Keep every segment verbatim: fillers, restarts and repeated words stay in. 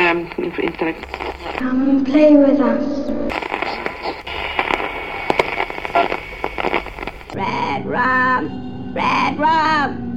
um, intellect. Come and play with us. Red rum, red rum.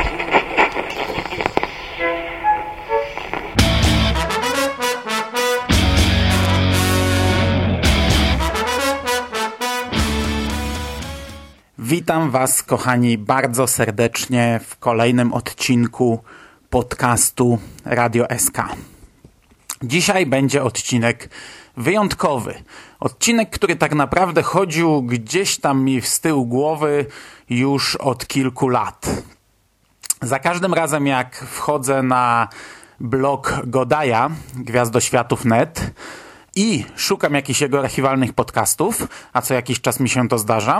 Witam Was, kochani, bardzo serdecznie w kolejnym odcinku podcastu Radio S K. Dzisiaj będzie odcinek wyjątkowy. Odcinek, który tak naprawdę chodził gdzieś tam mi z tyłu głowy już od kilku lat. Za każdym razem, jak wchodzę na blog Godaja, gwiazdoświatów kropka net, i szukam jakichś jego archiwalnych podcastów, a co jakiś czas mi się to zdarza,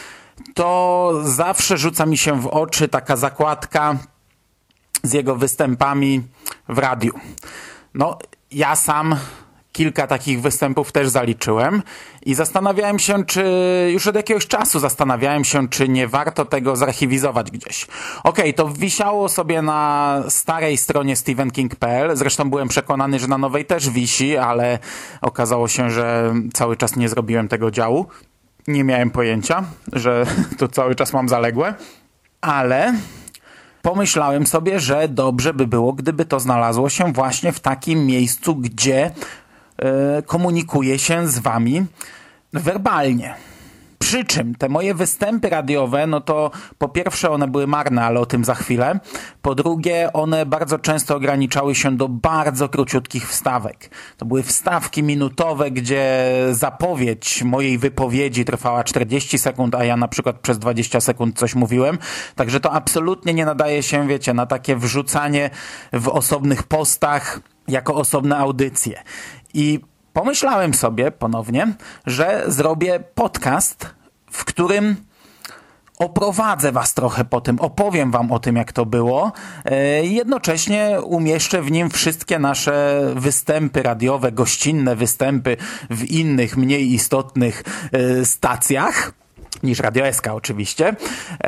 to zawsze rzuca mi się w oczy taka zakładka z jego występami w radiu. No, ja sam kilka takich występów też zaliczyłem i zastanawiałem się, czy już od jakiegoś czasu zastanawiałem się, czy nie warto tego zarchiwizować gdzieś. Okej, to wisiało sobie na starej stronie stephen king kropka p l. Zresztą byłem przekonany, że na nowej też wisi, ale okazało się, że cały czas nie zrobiłem tego działu. Nie miałem pojęcia, że to cały czas mam zaległe, ale pomyślałem sobie, że dobrze by było, gdyby to znalazło się właśnie w takim miejscu, gdzie y, komunikuję się z wami werbalnie. Przy czym te moje występy radiowe, no to po pierwsze one były marne, ale o tym za chwilę. Po drugie, one bardzo często ograniczały się do bardzo króciutkich wstawek. To były wstawki minutowe, gdzie zapowiedź mojej wypowiedzi trwała czterdzieści sekund, a ja na przykład przez dwadzieścia sekund coś mówiłem. Także to absolutnie nie nadaje się, wiecie, na takie wrzucanie w osobnych postach jako osobne audycje. I pomyślałem sobie ponownie, że zrobię podcast, w którym oprowadzę was trochę po tym, opowiem wam o tym, jak to było. Jednocześnie umieszczę w nim wszystkie nasze występy radiowe, gościnne występy w innych, mniej istotnych stacjach, niż Radio S K oczywiście.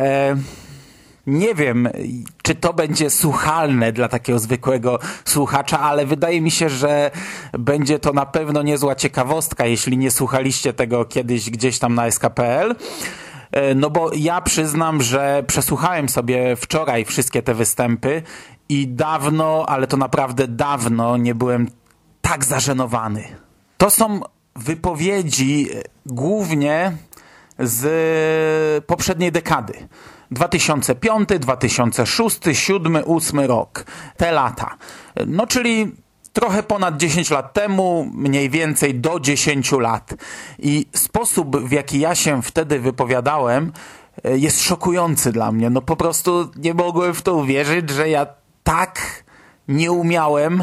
Nie wiem, czy to będzie słuchalne dla takiego zwykłego słuchacza, ale wydaje mi się, że będzie to na pewno niezła ciekawostka, jeśli nie słuchaliście tego kiedyś gdzieś tam na S K kropka p l. No bo ja przyznam, że przesłuchałem sobie wczoraj wszystkie te występy i dawno, ale to naprawdę dawno nie byłem tak zażenowany. To są wypowiedzi głównie z poprzedniej dekady. dwa tysiące piąty, dwa tysiące szósty, dwa tysiące siódmy, dwa tysiące ósmy rok. Te lata. No czyli trochę ponad dziesięć lat temu, mniej więcej do dziesięciu lat. I sposób, w jaki ja się wtedy wypowiadałem, jest szokujący dla mnie. No po prostu nie mogłem w to uwierzyć, że ja tak nie umiałem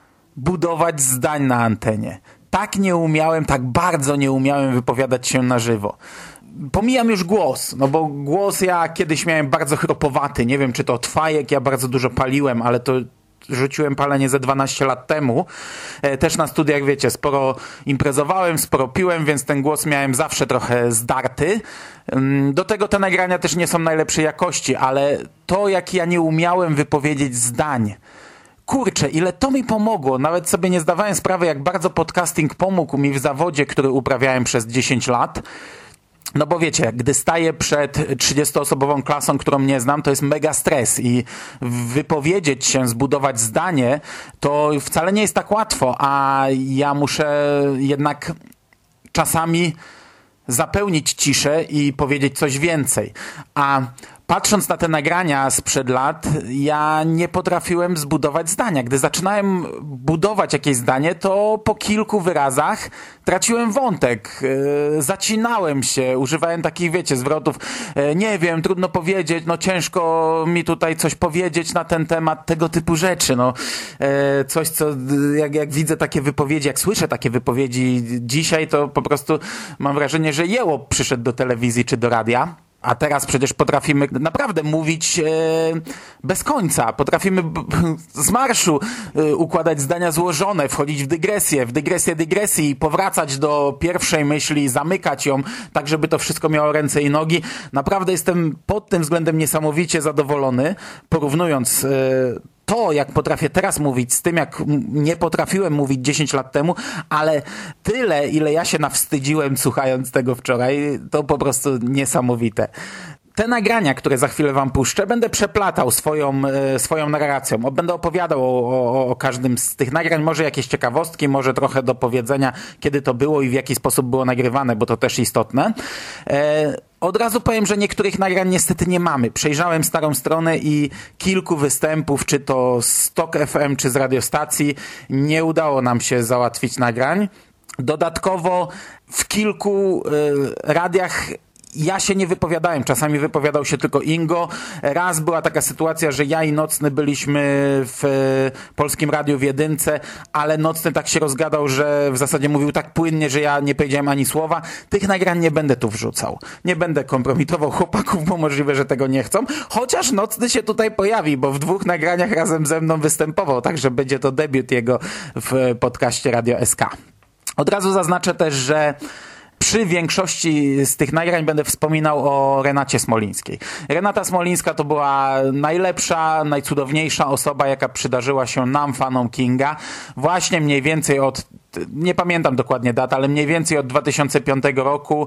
budować zdań na antenie. Tak nie umiałem, tak bardzo nie umiałem wypowiadać się na żywo. Pomijam już głos, no bo głos ja kiedyś miałem bardzo chropowaty. Nie wiem, czy to od fajek, ja bardzo dużo paliłem, ale to rzuciłem palenie ze dwanaście lat temu. E, też na studiach, wiecie, sporo imprezowałem, sporo piłem, więc ten głos miałem zawsze trochę zdarty. Do tego te nagrania też nie są najlepszej jakości, ale to, jak ja nie umiałem wypowiedzieć zdań, kurczę, ile to mi pomogło. Nawet sobie nie zdawałem sprawy, jak bardzo podcasting pomógł mi w zawodzie, który uprawiałem przez dziesięć lat. No bo wiecie, gdy staję przed trzydziestoosobową klasą, którą nie znam, to jest mega stres i wypowiedzieć się, zbudować zdanie, to wcale nie jest tak łatwo, a ja muszę jednak czasami zapełnić ciszę i powiedzieć coś więcej. A patrząc na te nagrania sprzed lat, ja nie potrafiłem zbudować zdania. Gdy zaczynałem budować jakieś zdanie, to po kilku wyrazach traciłem wątek, yy, zacinałem się, używałem takich, wiecie, zwrotów, yy, nie wiem, trudno powiedzieć, no ciężko mi tutaj coś powiedzieć na ten temat, tego typu rzeczy, no yy, coś, co jak, jak widzę takie wypowiedzi, jak słyszę takie wypowiedzi dzisiaj, to po prostu mam wrażenie, że jełop przyszedł do telewizji czy do radia. A teraz przecież potrafimy naprawdę mówić e, bez końca. Potrafimy b- b- z marszu e, układać zdania złożone, wchodzić w dygresję, w dygresję dygresji i powracać do pierwszej myśli, zamykać ją, tak żeby to wszystko miało ręce i nogi. Naprawdę jestem pod tym względem niesamowicie zadowolony, porównując e, to, jak potrafię teraz mówić, z tym, jak nie potrafiłem mówić dziesięć lat temu, ale tyle, ile ja się nawstydziłem słuchając tego wczoraj, to po prostu niesamowite. Te nagrania, które za chwilę wam puszczę, będę przeplatał swoją, swoją narracją. Będę opowiadał o, o, o każdym z tych nagrań, może jakieś ciekawostki, może trochę do powiedzenia, kiedy to było i w jaki sposób było nagrywane, bo to też istotne. E, od razu powiem, że niektórych nagrań niestety nie mamy. Przejrzałem starą stronę i kilku występów, czy to z Tok F M, czy z radiostacji, nie udało nam się załatwić nagrań. Dodatkowo w kilku y, radiach ja się nie wypowiadałem, czasami wypowiadał się tylko Ingo. Raz była taka sytuacja, że ja i Nocny byliśmy w Polskim Radiu w jedynce, ale Nocny tak się rozgadał, że w zasadzie mówił tak płynnie, że ja nie powiedziałem ani słowa. Tych nagrań nie będę tu wrzucał. Nie będę kompromitował chłopaków, bo możliwe, że tego nie chcą. Chociaż Nocny się tutaj pojawi, bo w dwóch nagraniach razem ze mną występował, także będzie to debiut jego w podcaście Radio S K. Od razu zaznaczę też, że przy większości z tych nagrań będę wspominał o Renacie Smolińskiej. Renata Smolińska to była najlepsza, najcudowniejsza osoba, jaka przydarzyła się nam, fanom Kinga. Właśnie mniej więcej od, nie pamiętam dokładnie dat, ale mniej więcej od dwa tysiące piątego roku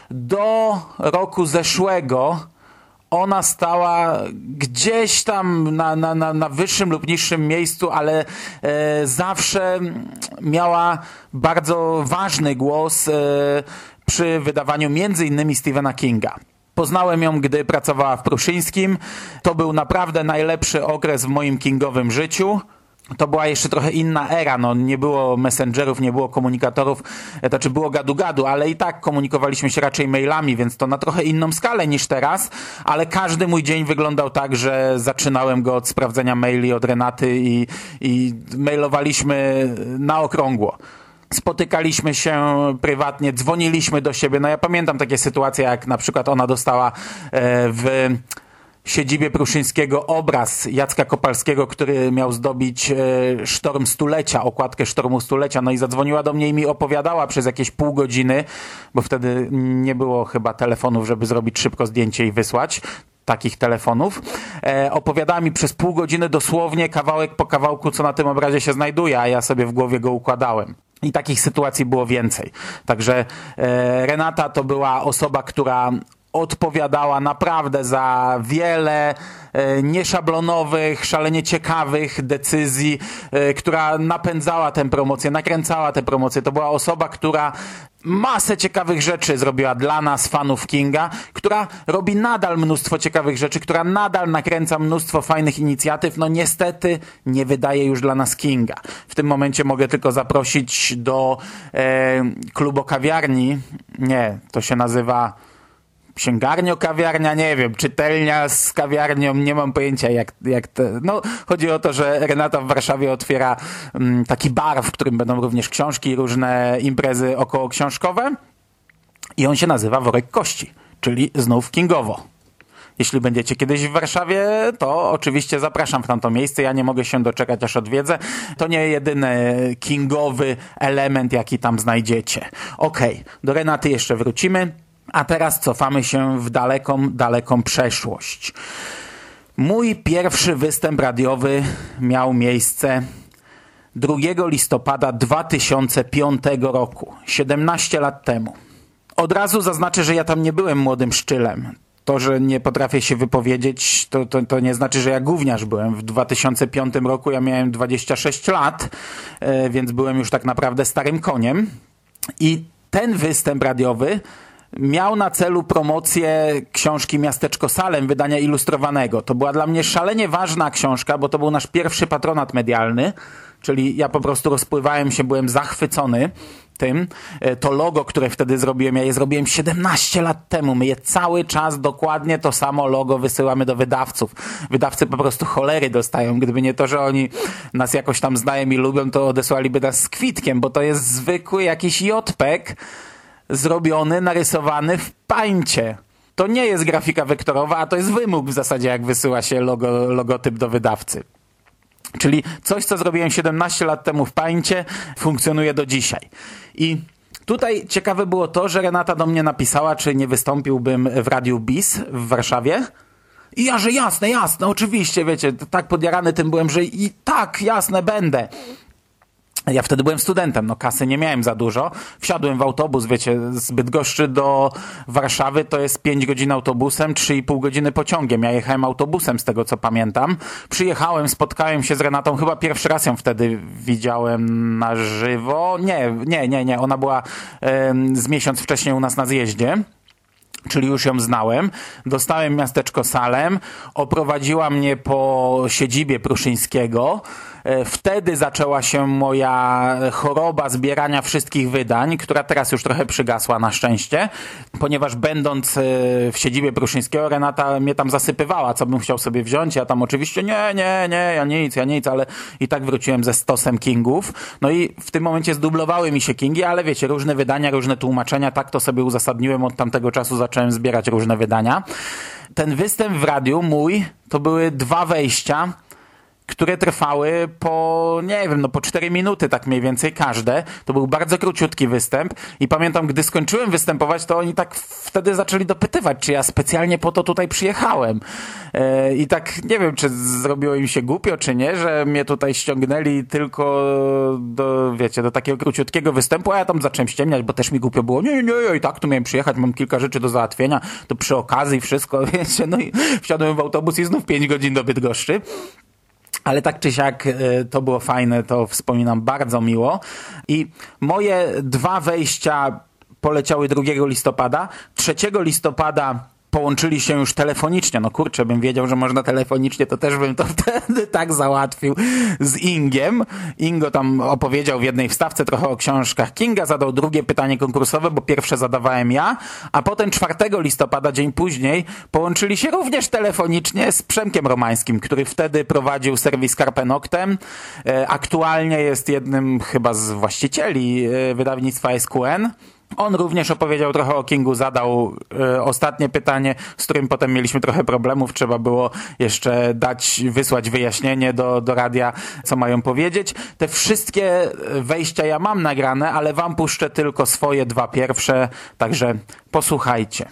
do roku zeszłego ona stała gdzieś tam na, na, na, na wyższym lub niższym miejscu, ale e, zawsze miała bardzo ważny głos e, przy wydawaniu między innymi Stephena Kinga. Poznałem ją, gdy pracowała w Pruszyńskim. To był naprawdę najlepszy okres w moim kingowym życiu. To była jeszcze trochę inna era, no nie było messengerów, nie było komunikatorów, to znaczy było gadu-gadu, ale i tak komunikowaliśmy się raczej mailami, więc to na trochę inną skalę niż teraz, ale każdy mój dzień wyglądał tak, że zaczynałem go od sprawdzenia maili od Renaty i, i mailowaliśmy na okrągło. Spotykaliśmy się prywatnie, dzwoniliśmy do siebie, no ja pamiętam takie sytuacje, jak na przykład ona dostała w siedzibie Pruszyńskiego obraz Jacka Kopalskiego, który miał zdobić e, Sztorm Stulecia, okładkę Sztormu Stulecia. No i zadzwoniła do mnie i mi opowiadała przez jakieś pół godziny, bo wtedy nie było chyba telefonów, żeby zrobić szybko zdjęcie i wysłać takich telefonów. E, opowiadała mi przez pół godziny dosłownie kawałek po kawałku, co na tym obrazie się znajduje, a ja sobie w głowie go układałem. I takich sytuacji było więcej. Także e, Renata to była osoba, która odpowiadała naprawdę za wiele e, nieszablonowych, szalenie ciekawych decyzji, e, która napędzała tę promocję, nakręcała tę promocję. To była osoba, która masę ciekawych rzeczy zrobiła dla nas, fanów Kinga, która robi nadal mnóstwo ciekawych rzeczy, która nadal nakręca mnóstwo fajnych inicjatyw. No niestety nie wydaje już dla nas Kinga. W tym momencie mogę tylko zaprosić do e, klubu kawiarni. Nie, to się nazywa księgarnio, kawiarnia, nie wiem, czytelnia z kawiarnią, nie mam pojęcia jak, jak to, no chodzi o to, że Renata w Warszawie otwiera um, taki bar, w którym będą również książki, różne imprezy okołoksiążkowe i on się nazywa Worek Kości, czyli znów kingowo. Jeśli będziecie kiedyś w Warszawie, to oczywiście zapraszam w tamto miejsce. Ja nie mogę się doczekać, aż odwiedzę. To nie jedyny kingowy element, jaki tam znajdziecie. Okej, okay, do Renaty jeszcze wrócimy. A teraz cofamy się w daleką, daleką przeszłość. Mój pierwszy występ radiowy miał miejsce drugiego listopada dwa tysiące piątego roku, siedemnaście lat temu. Od razu zaznaczę, że ja tam nie byłem młodym szczylem. To, że nie potrafię się wypowiedzieć, to, to, to nie znaczy, że ja gówniarz byłem. W dwa tysiące piątym roku ja miałem dwadzieścia sześć lat, więc byłem już tak naprawdę starym koniem. I ten występ radiowy miał na celu promocję książki Miasteczko Salem, wydania ilustrowanego. To była dla mnie szalenie ważna książka, bo to był nasz pierwszy patronat medialny, czyli ja po prostu rozpływałem się, byłem zachwycony tym. To logo, które wtedy zrobiłem, ja je zrobiłem siedemnaście lat temu. My je cały czas dokładnie to samo logo wysyłamy do wydawców. Wydawcy po prostu cholery dostają. Gdyby nie to, że oni nas jakoś tam znają i lubią, to odesłaliby nas z kwitkiem, bo to jest zwykły jakiś jotpek, zrobiony, narysowany w pańcie. To nie jest grafika wektorowa, a to jest wymóg w zasadzie, jak wysyła się logo, logotyp do wydawcy. Czyli coś, co zrobiłem siedemnaście lat temu w pańcie, funkcjonuje do dzisiaj. I tutaj ciekawe było to, że Renata do mnie napisała, czy nie wystąpiłbym w Radiu Bis w Warszawie. I ja, że jasne, jasne, oczywiście, wiecie, tak podjarany tym byłem, że i tak, jasne, będę. Ja wtedy byłem studentem, no kasy nie miałem za dużo. Wsiadłem w autobus, wiecie, z Bydgoszczy do Warszawy to jest pięć godzin autobusem, trzy i pół godziny pociągiem. Ja jechałem autobusem z tego, co pamiętam. Przyjechałem, spotkałem się z Renatą, chyba pierwszy raz ją wtedy widziałem na żywo. Nie, nie, nie, nie, ona była e, z miesiąc wcześniej u nas na zjeździe. Czyli już ją znałem. Dostałem miasteczko Salem, oprowadziła mnie po siedzibie Pruszyńskiego. Wtedy zaczęła się moja choroba zbierania wszystkich wydań, która teraz już trochę przygasła na szczęście, ponieważ będąc w siedzibie Pruszyńskiego, Renata mnie tam zasypywała, co bym chciał sobie wziąć. Ja tam oczywiście nie, nie, nie, ja nic, ja nic, ale i tak wróciłem ze stosem Kingów. No i w tym momencie zdublowały mi się Kingi, ale wiecie, różne wydania, różne tłumaczenia, tak to sobie uzasadniłem, od tamtego czasu zacząłem zbierać różne wydania. Ten występ w radiu mój, to były dwa wejścia, które trwały po, nie wiem, no po cztery minuty tak mniej więcej każde. To był bardzo króciutki występ i pamiętam, gdy skończyłem występować, to oni tak wtedy zaczęli dopytywać, czy ja specjalnie po to tutaj przyjechałem. Yy, I tak nie wiem, czy zrobiło im się głupio, czy nie, że mnie tutaj ściągnęli tylko do, wiecie, do takiego króciutkiego występu, a ja tam zacząłem ściemniać, bo też mi głupio było. Nie, nie, nie, i tak tu miałem przyjechać, mam kilka rzeczy do załatwienia, to przy okazji wszystko, wiecie, no i wsiadłem w autobus i znów pięć godzin do Bydgoszczy. Ale tak czy siak to było fajne, to wspominam bardzo miło. I moje dwa wejścia poleciały drugiego listopada. trzeciego listopada połączyli się już telefonicznie. No kurczę, bym wiedział, że można telefonicznie, to też bym to wtedy tak załatwił z Ingiem. Ingo tam opowiedział w jednej wstawce trochę o książkach Kinga, zadał drugie pytanie konkursowe, bo pierwsze zadawałem ja, a potem czwartego listopada, dzień później, połączyli się również telefonicznie z Przemkiem Romańskim, który wtedy prowadził serwis Carpe Noctem. Aktualnie jest jednym chyba z właścicieli wydawnictwa S Q N. On również opowiedział trochę o Kingu, zadał y, ostatnie pytanie, z którym potem mieliśmy trochę problemów. Trzeba było jeszcze dać, wysłać wyjaśnienie do, do radia, co mają powiedzieć. Te wszystkie wejścia ja mam nagrane, ale wam puszczę tylko swoje dwa pierwsze, także posłuchajcie.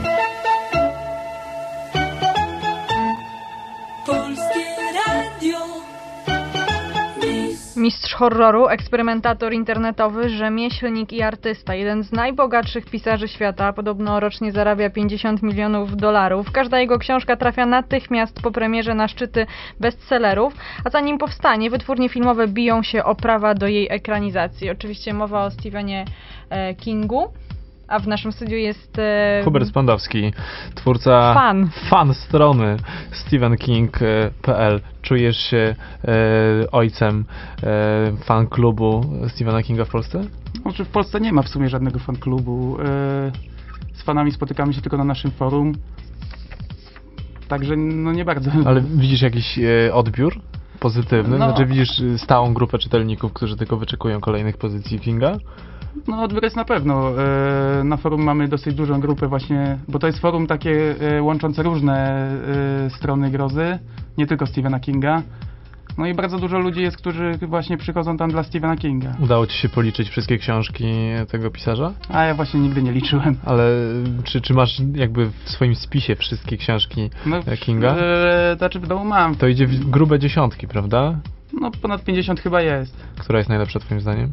Mistrz horroru, eksperymentator internetowy, rzemieślnik i artysta. Jeden z najbogatszych pisarzy świata. Podobno rocznie zarabia pięćdziesiąt milionów dolarów. Każda jego książka trafia natychmiast po premierze na szczyty bestsellerów, a zanim powstanie, wytwórnie filmowe biją się o prawa do jej ekranizacji. Oczywiście mowa o Stephenie e, Kingu. A w naszym studiu jest... E... Hubert Spandowski, twórca... Fan. Fan strony stephen king kropka p l. Czujesz się e, ojcem e, fan klubu Stephena Kinga w Polsce? Znaczy w Polsce nie ma w sumie żadnego fan klubu. E, z fanami spotykamy się tylko na naszym forum. Także no nie bardzo. Ale widzisz jakiś e, odbiór pozytywny? No. Znaczy widzisz stałą grupę czytelników, którzy tylko wyczekują kolejnych pozycji Kinga? No odbiór jest na pewno. E, na forum mamy dosyć dużą grupę właśnie, bo to jest forum takie e, łączące różne e, strony grozy, nie tylko Stephena Kinga. No i bardzo dużo ludzi jest, którzy właśnie przychodzą tam dla Stephena Kinga. Udało ci się policzyć wszystkie książki tego pisarza? A ja właśnie nigdy nie liczyłem. Ale czy, czy masz jakby w swoim spisie wszystkie książki no, Kinga? E, znaczy w domu mam. To idzie w grube dziesiątki, prawda? No ponad pięćdziesiąt chyba jest. Która jest najlepsza twoim zdaniem?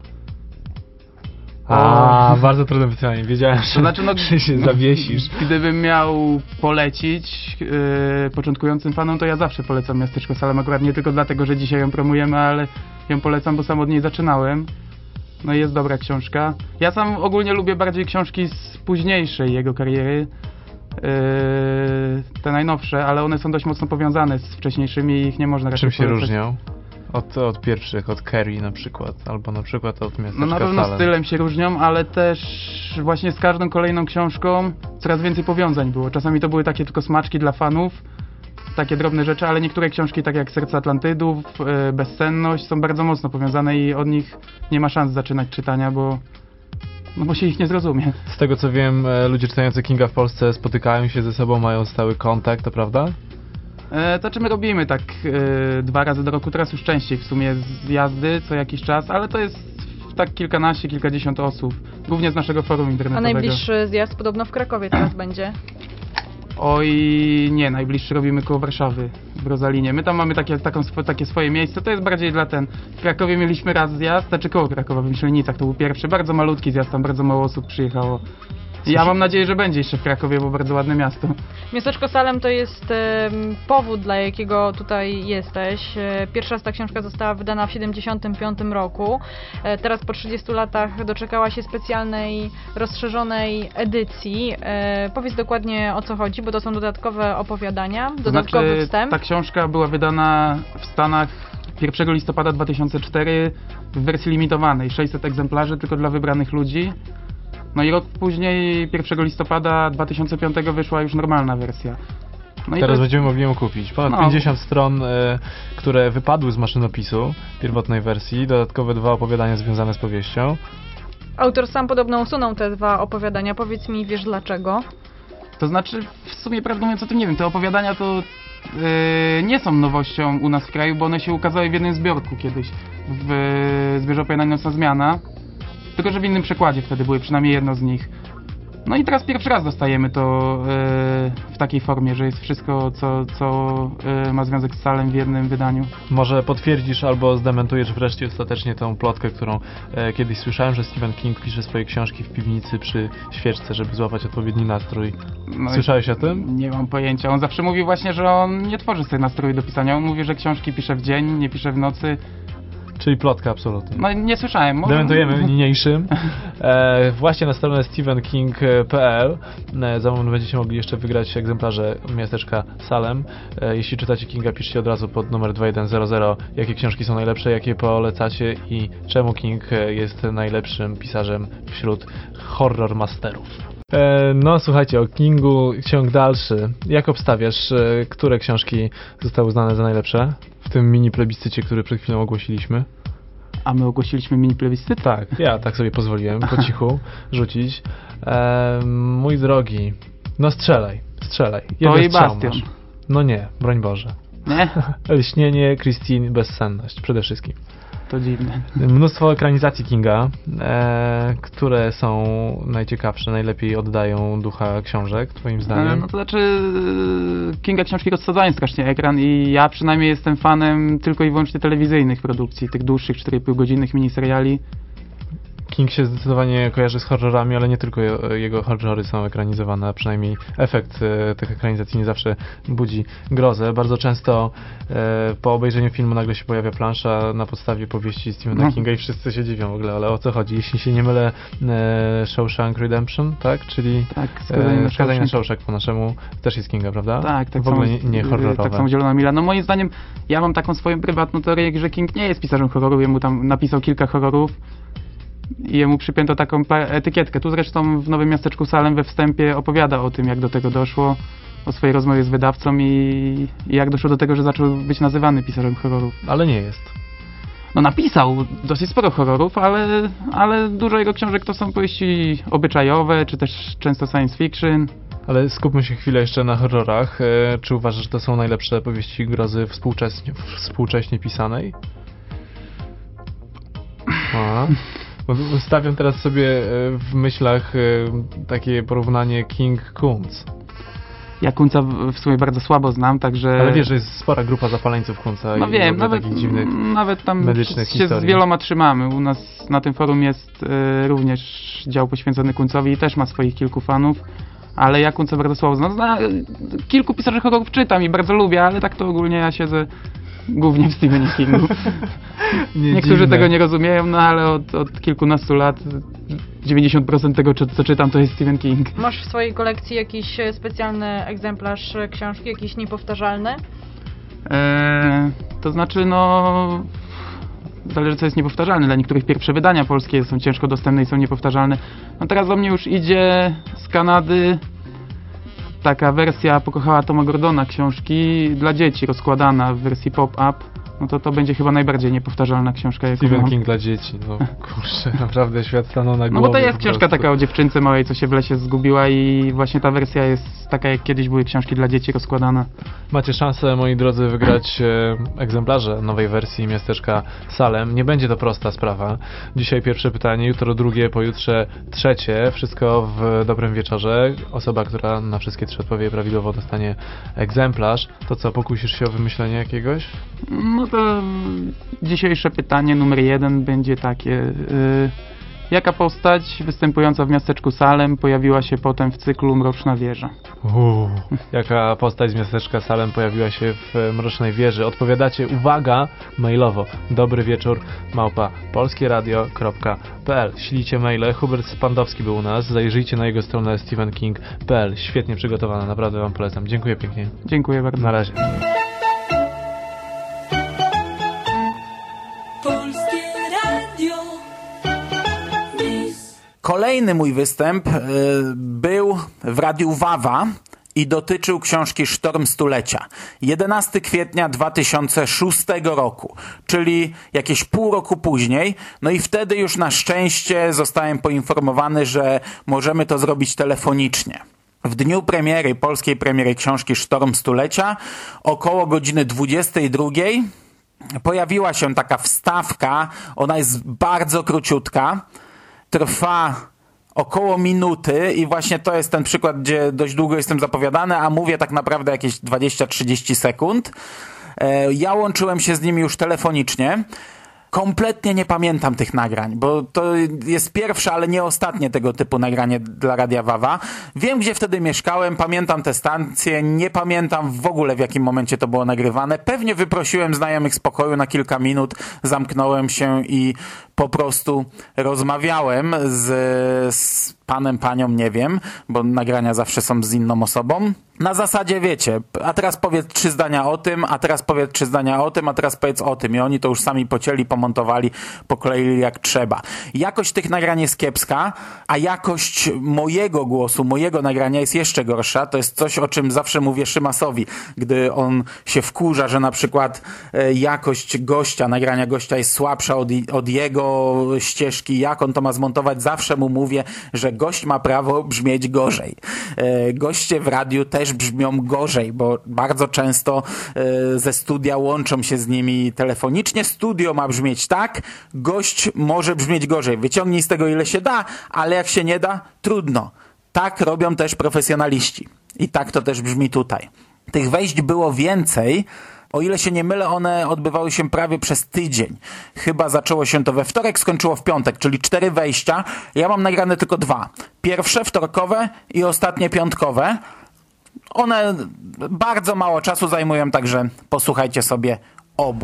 A, bardzo trudne pytanie. Wiedziałem, że, to znaczy, no, że się zawiesisz. Gdybym miał polecić yy, początkującym fanom, to ja zawsze polecam Miasteczko Salem. Akurat nie tylko dlatego, że dzisiaj ją promujemy, ale ją polecam, bo sam od niej zaczynałem. No i jest dobra książka. Ja sam ogólnie lubię bardziej książki z późniejszej jego kariery. Yy, te najnowsze, ale one są dość mocno powiązane z wcześniejszymi i ich nie można raczej Czym się polecać. różnią? Od, od pierwszych, od Carrie na przykład, albo na przykład od Miasteczka No na pewno Salem. stylem się różnią, ale też właśnie z każdą kolejną książką coraz więcej powiązań było. Czasami to były takie tylko smaczki dla fanów, takie drobne rzeczy, ale niektóre książki, tak jak Serce Atlantydów, yy, Bezsenność, są bardzo mocno powiązane i od nich nie ma szans zaczynać czytania, bo no bo się ich nie zrozumie. Z tego co wiem, ludzie czytający Kinga w Polsce spotykają się ze sobą, mają stały kontakt, to prawda? E, to czy my robimy tak e, dwa razy do roku, teraz już częściej w sumie zjazdy co jakiś czas, ale to jest tak kilkanaście, kilkadziesiąt osób, głównie z naszego forum A internetowego. najbliższy zjazd podobno w Krakowie teraz będzie. Oj, nie, najbliższy robimy koło Warszawy, w Rozalinie. My tam mamy takie, taką, swo, takie swoje miejsce, to jest bardziej dla ten... W Krakowie mieliśmy raz zjazd, znaczy koło Krakowa, w Myślenicach, to był pierwszy, bardzo malutki zjazd, tam bardzo mało osób przyjechało. I ja mam nadzieję, że będzie jeszcze w Krakowie, bo bardzo ładne miasto. Miasteczko Salem to jest e, powód, dla jakiego tutaj jesteś. E, pierwsza raz ta książka została wydana w siedemdziesiątym piątym roku. E, teraz po trzydziestu latach doczekała się specjalnej, rozszerzonej edycji. E, powiedz dokładnie, o co chodzi, bo to są dodatkowe opowiadania, dodatkowy znaczy, wstęp. Ta książka była wydana w Stanach pierwszego listopada dwa tysiące czwartego w wersji limitowanej, sześćset egzemplarzy tylko dla wybranych ludzi. No i rok później, pierwszego listopada dwa tysiące piątego wyszła już normalna wersja. No i Teraz to... będziemy mogli ją kupić. Ponad no. pięćdziesiąt stron, e, które wypadły z maszynopisu pierwotnej wersji, dodatkowe dwa opowiadania związane z powieścią. Autor sam podobno usunął te dwa opowiadania. Powiedz mi, wiesz dlaczego? To znaczy, w sumie prawdę mówiąc o tym nie wiem, te opowiadania to yy, nie są nowością u nas w kraju, bo one się ukazały w jednym zbiorku kiedyś, w yy, Zbiorze Opowiadań Nocna Zmiana. Tylko że w innym przekładzie wtedy były przynajmniej jedno z nich. No i teraz pierwszy raz dostajemy to yy, w takiej formie, że jest wszystko, co, co yy, ma związek z Salem w jednym wydaniu. Może potwierdzisz albo zdementujesz wreszcie ostatecznie tą plotkę, którą e, kiedyś słyszałem, że Stephen King pisze swoje książki w piwnicy przy świeczce, żeby złapać odpowiedni nastrój. No Słyszałeś o tym? Nie mam pojęcia. On zawsze mówi właśnie, że on nie tworzy sobie nastroju do pisania. On mówi, że książki pisze w dzień, nie pisze w nocy. Czyli plotka absolutnie. No nie słyszałem. Może... Dementujemy niniejszym. E, właśnie na stronę stephen king kropka p l e, za moment będziecie mogli jeszcze wygrać egzemplarze miasteczka Salem. E, jeśli czytacie Kinga, piszcie od razu pod numer dwa jeden zero zero, jakie książki są najlepsze, jakie polecacie i czemu King jest najlepszym pisarzem wśród horror masterów. E, no słuchajcie, o Kingu ciąg dalszy. Jak obstawiasz, e, które książki zostały uznane za najlepsze w tym mini plebiscycie, który przed chwilą ogłosiliśmy? A my ogłosiliśmy mini plebiscyt? Tak, ja tak sobie pozwoliłem po cichu rzucić. E, mój drogi, no strzelaj, strzelaj. To i strzał Bastion. masz. No nie, broń Boże. Nie? Lśnienie, Christine, bezsenność przede wszystkim. To dziwne. Mnóstwo ekranizacji Kinga, e, które są najciekawsze, najlepiej oddają ducha książek, twoim zdaniem? No to znaczy Kinga książki rozsadzają strasznie ekran i ja przynajmniej jestem fanem tylko i wyłącznie telewizyjnych produkcji, tych dłuższych, cztery i pół godzinnych miniseriali. King się zdecydowanie kojarzy z horrorami, ale nie tylko jego horrory są ekranizowane, a przynajmniej efekt e, tych ekranizacji nie zawsze budzi grozę. Bardzo często e, po obejrzeniu filmu nagle się pojawia plansza na podstawie powieści Stephena No. Kinga i wszyscy się dziwią w ogóle, ale o co chodzi? Jeśli się nie mylę, e, Shawshank Redemption, tak? Czyli Tak, Skazanie na e, Skazanie na Shawshank. Shawshank po naszemu też jest Kinga, prawda? Tak, tak w ogóle samo, nie, nie horrorowe. Tak samo Zielona Mila. No moim zdaniem, ja mam taką swoją prywatną teorię, że King nie jest pisarzem horroru, jemu tam napisał kilka horrorów i jemu przypięto taką pa- etykietkę. Tu zresztą w Nowym Miasteczku Salem we wstępie opowiada o tym, jak do tego doszło, o swojej rozmowie z wydawcą i, i jak doszło do tego, że zaczął być nazywany pisarzem horrorów. Ale nie jest. No napisał dosyć sporo horrorów, ale, ale dużo jego książek to są powieści obyczajowe, czy też często science fiction. Ale skupmy się chwilę jeszcze na horrorach. E, czy uważasz, że to są najlepsze powieści grozy współcześnie, współcześnie pisanej? A. Stawiam teraz sobie w myślach takie porównanie King-Kunz. Ja Kunca w sumie bardzo słabo znam, także... Ale wiesz, że jest spora grupa zapaleńców Kunca No i wiem, w ogóle nawet, takich dziwnych nawet tam medycznych się historii. z wieloma trzymamy. U nas na tym forum jest y, również dział poświęcony Kuncowi i też ma swoich kilku fanów. Ale ja Kunca bardzo słabo znam. Zna, kilku pisarzy horrorów czytam i bardzo lubię, ale tak to ogólnie ja siedzę głównie w Stephenie Kingu. Nie Niektórzy dziwne. tego nie rozumieją, no ale od, od kilkunastu lat dziewięćdziesiąt procent tego, co, co czytam, to jest Stephen King. Masz w swojej kolekcji jakiś e, specjalny egzemplarz e, książki, jakiś niepowtarzalny? Eee, to znaczy, no... Zależy, co jest niepowtarzalne. Dla niektórych pierwsze wydania polskie są ciężko dostępne i są niepowtarzalne. No teraz do mnie już idzie z Kanady taka wersja Pokochała Toma Gordona książki dla dzieci, rozkładana w wersji pop-up. no to to będzie chyba najbardziej niepowtarzalna książka, jaką Stephen mam. King dla dzieci, no kurczę, naprawdę świat stanął na No głowie. bo to jest po książka prostu. taka o dziewczynce małej, co się w lesie zgubiła i właśnie ta wersja jest taka, jak kiedyś były książki dla dzieci rozkładane. Macie szansę, moi drodzy, wygrać e, egzemplarze nowej wersji Miasteczka Salem. Nie będzie to prosta sprawa. Dzisiaj pierwsze pytanie, jutro drugie, pojutrze trzecie. Wszystko w dobrym wieczorze. Osoba, która na wszystkie trzy odpowie prawidłowo, dostanie egzemplarz. To co, pokusisz się o wymyślenie jakiegoś? No to dzisiejsze pytanie numer jeden będzie takie. Yy, jaka postać występująca w Miasteczku Salem pojawiła się potem w cyklu Mroczna Wieża? Uuu, jaka postać z Miasteczka Salem pojawiła się w Mrocznej Wieży? Odpowiadacie, uwaga, mailowo. Dobry wieczór, małpa polskieradio kropka p l. Ślijcie maile. Hubert Spandowski był u nas. Zajrzyjcie na jego stronę stephen king kropka p l. Świetnie przygotowana, naprawdę wam polecam. Dziękuję pięknie. Dziękuję bardzo. Na razie. Kolejny mój występ y, był w Radiu Wawa i dotyczył książki Sztorm Stulecia. jedenastego kwietnia dwa tysiące szóstego roku, czyli jakieś pół roku później. No i wtedy już na szczęście zostałem poinformowany, że możemy to zrobić telefonicznie. W dniu premiery, polskiej premiery książki Sztorm Stulecia, około godziny dwudziestej drugiej pojawiła się taka wstawka. Ona jest bardzo króciutka. Trwa około minuty i właśnie to jest ten przykład, gdzie dość długo jestem zapowiadany, a mówię tak naprawdę jakieś dwadzieścia trzydzieści sekund. Ja łączyłem się z nimi już telefonicznie. Kompletnie nie pamiętam tych nagrań, bo to jest pierwsze, ale nie ostatnie tego typu nagranie dla Radia Wawa. Wiem, gdzie wtedy mieszkałem, pamiętam te stacje, nie pamiętam w ogóle, w jakim momencie to było nagrywane. Pewnie wyprosiłem znajomych z pokoju na kilka minut, zamknąłem się i po prostu rozmawiałem z, z panem, panią, nie wiem, bo nagrania zawsze są z inną osobą. Na zasadzie, wiecie, a teraz powiedz trzy zdania o tym, a teraz powiedz trzy zdania o tym, a teraz powiedz o tym. I oni to już sami pocięli, pomontowali, pokleili jak trzeba. Jakość tych nagrań jest kiepska, a jakość mojego głosu, mojego nagrania jest jeszcze gorsza. To jest coś, o czym zawsze mówię Szymasowi, gdy on się wkurza, że na przykład e, jakość gościa, nagrania gościa jest słabsza od, od jego ścieżki. Jak on to ma zmontować? Zawsze mu mówię, że gość ma prawo brzmieć gorzej. E, goście w radiu też brzmią gorzej, bo bardzo często e, ze studia łączą się z nimi telefonicznie. Studio ma brzmieć tak, gość może brzmieć gorzej. Wyciągnij z tego ile się da, ale jak się nie da, trudno. Tak robią też profesjonaliści. I tak to też brzmi tutaj. Tych wejść było więcej. O ile się nie mylę, one odbywały się prawie przez tydzień. Chyba zaczęło się to we wtorek, skończyło w piątek, czyli cztery wejścia. Ja mam nagrane tylko dwa. Pierwsze wtorkowe i ostatnie piątkowe. One bardzo mało czasu zajmują, także posłuchajcie sobie obu.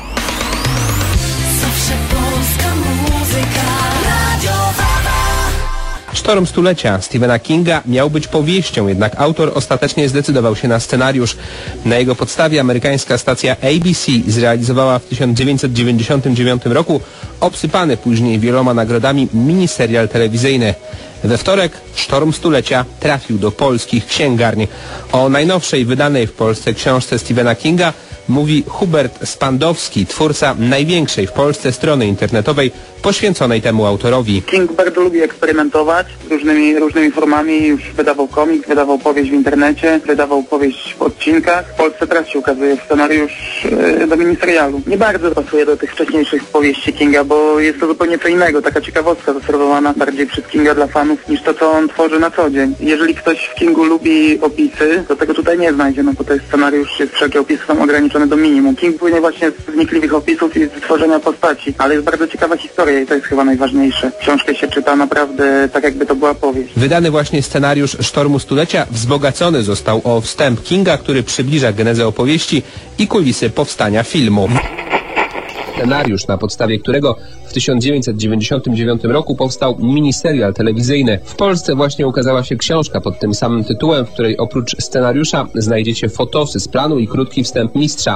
Zawsze polska muzyka, Radio Wawa. Sztorm Stulecia Stephena Kinga miał być powieścią, jednak autor ostatecznie zdecydował się na scenariusz. Na jego podstawie amerykańska stacja A B C zrealizowała w tysiąc dziewięćset dziewięćdziesiątym dziewiątym roku obsypany później wieloma nagrodami miniserial telewizyjny. We wtorek Sztorm Stulecia trafił do polskich księgarni. O najnowszej wydanej w Polsce książce Stephena Kinga mówi Hubert Spandowski, twórca największej w Polsce strony internetowej poświęconej temu autorowi. King bardzo lubi eksperymentować z różnymi, różnymi formami. Już wydawał komiks, wydawał powieść w internecie, wydawał powieść w odcinkach. W Polsce teraz się ukazuje scenariusz yy, do miniserialu. Nie bardzo pasuje do tych wcześniejszych powieści Kinga, bo jest to zupełnie co innego. Taka ciekawostka zaserwowana bardziej przez Kinga dla fanów niż to, co on tworzy na co dzień. Jeżeli ktoś w Kingu lubi opisy, to tego tutaj nie znajdzie, no bo to jest scenariusz, jest wszelkie opisy są ograniczone do minimum. King płynie właśnie z wnikliwych opisów i z tworzenia postaci, ale jest bardzo ciekawa historia i to jest chyba najważniejsze. Książkę się czyta naprawdę tak, jakby to była powieść. Wydany właśnie scenariusz Sztormu Stulecia wzbogacony został o wstęp Kinga, który przybliża genezę opowieści i kulisy powstania filmu. Scenariusz, na podstawie którego w tysiąc dziewięćset dziewięćdziesiątym dziewiątym roku powstał miniserial telewizyjny. W Polsce właśnie ukazała się książka pod tym samym tytułem, w której oprócz scenariusza znajdziecie fotosy z planu i krótki wstęp mistrza.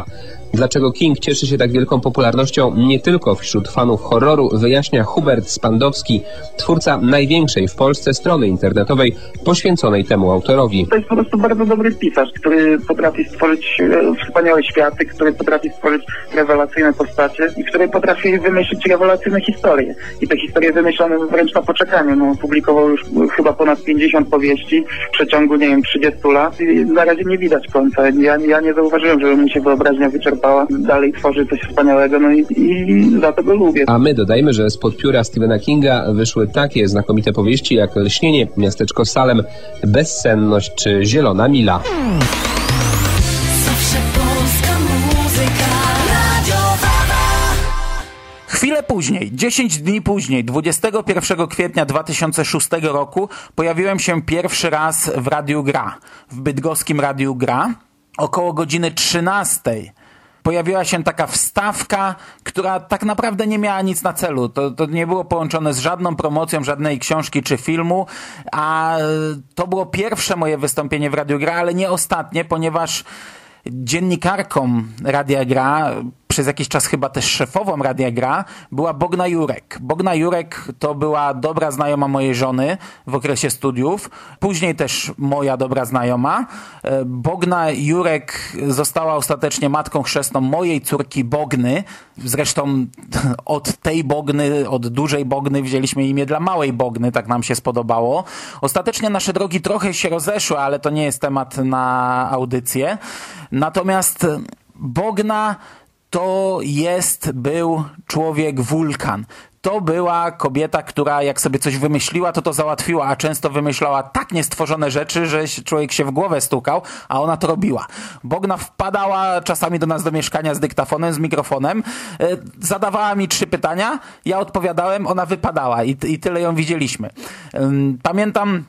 Dlaczego King cieszy się tak wielką popularnością nie tylko wśród fanów horroru, wyjaśnia Hubert Spandowski, twórca największej w Polsce strony internetowej poświęconej temu autorowi. To jest po prostu bardzo dobry pisarz, który potrafi stworzyć e, wspaniałe światy, który potrafi stworzyć rewelacyjne postacie i który potrafi wymyślić rewelacyjne historie. I te historie wymyślone wręcz na poczekaniu. No, publikował już chyba ponad pięćdziesiąt powieści w przeciągu, nie wiem, trzydziestu lat i na razie nie widać końca. Ja, ja nie zauważyłem, żeby mu się wyobraźnia wyczerpała. Dalej tworzy coś wspaniałego, no i, i za to go lubię. A my dodajmy, że spod pióra Stephena Kinga wyszły takie znakomite powieści jak Lśnienie, Miasteczko Salem, Bezsenność czy Zielona Mila. Zawsze polska muzyka, Radio Wawa. Chwilę później, dziesięć dni później, dwudziestego pierwszego kwietnia dwa tysiące szóstego roku pojawiłem się pierwszy raz w Radiu Gra, w bydgoskim Radiu Gra. Około godziny trzynastej pojawiła się taka wstawka, która tak naprawdę nie miała nic na celu. To, to nie było połączone z żadną promocją, żadnej książki czy filmu, a to było pierwsze moje wystąpienie w Radiu Gra, ale nie ostatnie, ponieważ dziennikarką Radia Gra, przez jakiś czas chyba też szefową Radia Gra, była Bogna Jurek. Bogna Jurek to była dobra znajoma mojej żony w okresie studiów, później też moja dobra znajoma. Bogna Jurek została ostatecznie matką chrzestną mojej córki Bogny. Zresztą od tej Bogny, od dużej Bogny wzięliśmy imię dla małej Bogny, tak nam się spodobało. Ostatecznie nasze drogi trochę się rozeszły, ale to nie jest temat na audycję. Natomiast Bogna to jest, był człowiek wulkan. To była kobieta, która jak sobie coś wymyśliła, to to załatwiła, a często wymyślała tak niestworzone rzeczy, że człowiek się w głowę stukał, a ona to robiła. Bogna wpadała czasami do nas do mieszkania z dyktafonem, z mikrofonem, zadawała mi trzy pytania, ja odpowiadałem, ona wypadała i, i tyle ją widzieliśmy. Pamiętam,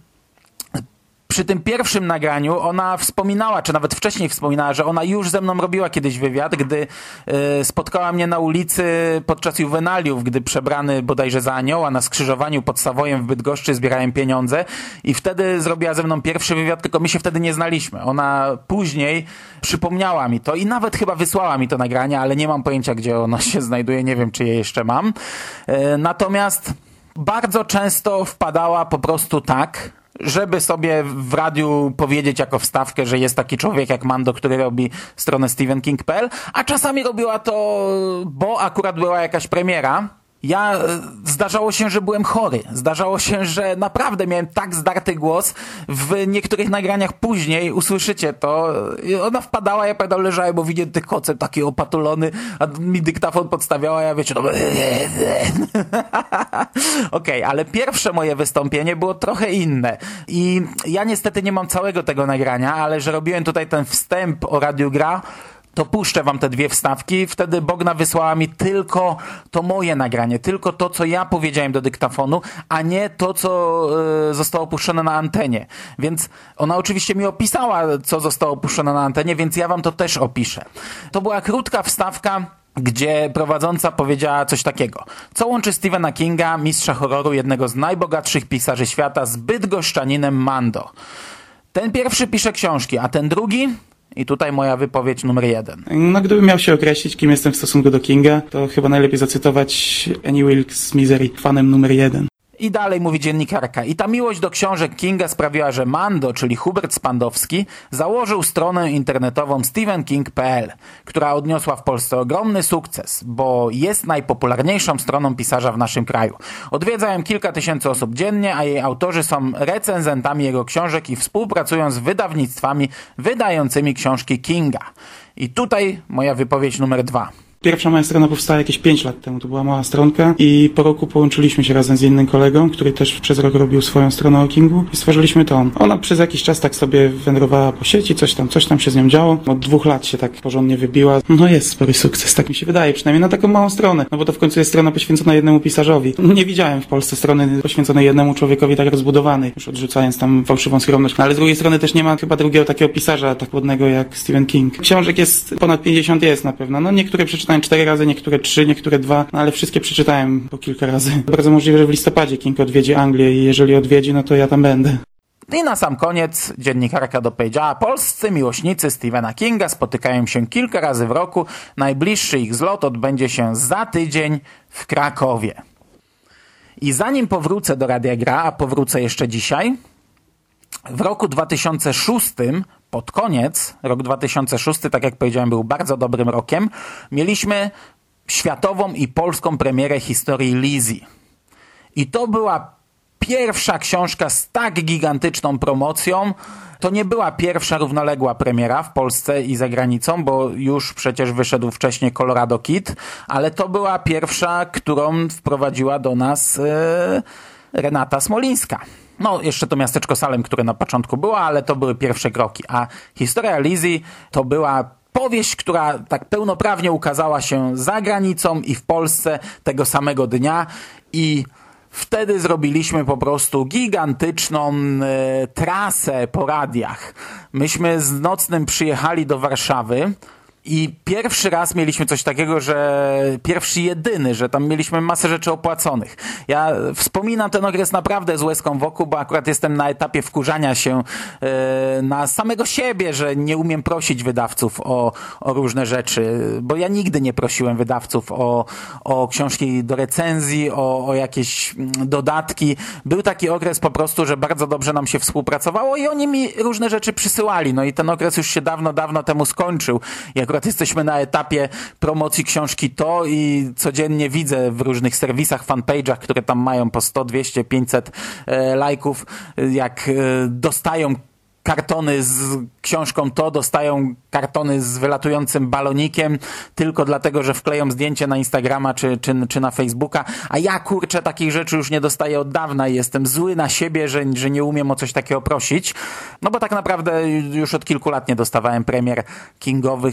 przy tym pierwszym nagraniu ona wspominała, czy nawet wcześniej wspominała, że ona już ze mną robiła kiedyś wywiad, gdy y, spotkała mnie na ulicy podczas juwenaliów, gdy przebrany bodajże za anioła na skrzyżowaniu pod Savoyem w Bydgoszczy zbierałem pieniądze i wtedy zrobiła ze mną pierwszy wywiad, tylko my się wtedy nie znaliśmy. Ona później przypomniała mi to i nawet chyba wysłała mi to nagranie, ale nie mam pojęcia, gdzie ono się znajduje, nie wiem, czy je jeszcze mam. Y, natomiast bardzo często wpadała po prostu tak, żeby sobie w radiu powiedzieć jako wstawkę, że jest taki człowiek jak Mando, który robi stronę Stephen King kropka p l, a czasami robiła to, bo akurat była jakaś premiera. Ja, zdarzało się, że byłem chory. Zdarzało się, że naprawdę miałem tak zdarty głos. W niektórych nagraniach później usłyszycie to. Ona wpadała, ja pewnie leżałem, bo widziałem kocem taki opatulony, a mi dyktafon podstawiała, ja wiecie, no... Okej, okay, ale pierwsze moje wystąpienie było trochę inne. I ja niestety nie mam całego tego nagrania, ale że robiłem tutaj ten wstęp o Radiu Gra, to puszczę wam te dwie wstawki. Wtedy Bogna wysłała mi tylko to moje nagranie, tylko to, co ja powiedziałem do dyktafonu, a nie to, co y, zostało puszczone na antenie. Więc ona oczywiście mi opisała, co zostało puszczone na antenie, więc ja wam to też opiszę. To była krótka wstawka, gdzie prowadząca powiedziała coś takiego. Co łączy Stephena Kinga, mistrza horroru, jednego z najbogatszych pisarzy świata, z bydgoszczaninem Mando? Ten pierwszy pisze książki, a ten drugi... I tutaj moja wypowiedź numer jeden. No gdybym miał się określić, kim jestem w stosunku do Kinga, to chyba najlepiej zacytować Annie Wilkes z Misery, fanem numer jeden. I dalej mówi dziennikarka. I ta miłość do książek Kinga sprawiła, że Mando, czyli Hubert Spandowski, założył stronę internetową Stephen King kropka p l, która odniosła w Polsce ogromny sukces, bo jest najpopularniejszą stroną pisarza w naszym kraju. Odwiedza ją kilka tysięcy osób dziennie, a jej autorzy są recenzentami jego książek i współpracują z wydawnictwami wydającymi książki Kinga. I tutaj moja wypowiedź numer dwa. Pierwsza moja strona powstała jakieś pięć lat temu, to była mała stronka i po roku połączyliśmy się razem z innym kolegą, który też przez rok robił swoją stronę o Kingu i stworzyliśmy tą. Ona przez jakiś czas tak sobie wędrowała po sieci, coś tam, coś tam się z nią działo. Od dwóch lat się tak porządnie wybiła. No jest spory sukces, tak mi się wydaje, przynajmniej na taką małą stronę, no bo to w końcu jest strona poświęcona jednemu pisarzowi. Nie widziałem w Polsce strony poświęconej jednemu człowiekowi tak rozbudowanej, już odrzucając tam fałszywą skromność. No, ale z drugiej strony też nie ma chyba drugiego takiego pisarza tak ładnego jak Stephen King. Książek jest ponad pięćdziesiąt jest na pewno. No niektóre przeczytałem cztery razy, niektóre trzy, niektóre dwa, no ale wszystkie przeczytałem po kilka razy. Bardzo możliwe, że w listopadzie King odwiedzi Anglię i jeżeli odwiedzi, no to ja tam będę. I na sam koniec dziennikarka dopowiedziała: polscy miłośnicy Stephena Kinga spotykają się kilka razy w roku. Najbliższy ich zlot odbędzie się za tydzień w Krakowie. I zanim powrócę do Radia Gra, a powrócę jeszcze dzisiaj, w roku dwa tysiące szóstym, pod koniec, rok dwa tysiące szósty, tak jak powiedziałem, był bardzo dobrym rokiem, mieliśmy światową i polską premierę historii Lizzie. I to była pierwsza książka z tak gigantyczną promocją. To nie była pierwsza równoległa premiera w Polsce i za granicą, bo już przecież wyszedł wcześniej Colorado Kid, ale to była pierwsza, którą wprowadziła do nas yy, Renata Smolińska. No, jeszcze to Miasteczko Salem, które na początku było, ale to były pierwsze kroki. A historia Lizzie to była powieść, która tak pełnoprawnie ukazała się za granicą i w Polsce tego samego dnia i wtedy zrobiliśmy po prostu gigantyczną e, trasę po radiach. Myśmy z Nocnym przyjechali do Warszawy i pierwszy raz mieliśmy coś takiego, że pierwszy jedyny, że tam mieliśmy masę rzeczy opłaconych. Ja wspominam ten okres naprawdę z łezką wokół, bo akurat jestem na etapie wkurzania się e, na samego siebie, że nie umiem prosić wydawców o, o różne rzeczy, bo ja nigdy nie prosiłem wydawców o, o książki do recenzji, o, o jakieś dodatki. Był taki okres po prostu, że bardzo dobrze nam się współpracowało i oni mi różne rzeczy przysyłali. No i ten okres już się dawno, dawno temu skończył. I akurat jesteśmy na etapie promocji książki To i codziennie widzę w różnych serwisach, fanpage'ach, które tam mają po sto, dwieście, pięćset e, lajków, jak e, dostają kartony z książką To, dostają kartony z wylatującym balonikiem tylko dlatego, że wkleją zdjęcie na Instagrama czy, czy, czy na Facebooka, a ja kurczę takich rzeczy już nie dostaję od dawna i jestem zły na siebie, że, że nie umiem o coś takiego prosić, no bo tak naprawdę już od kilku lat nie dostawałem premier kingowych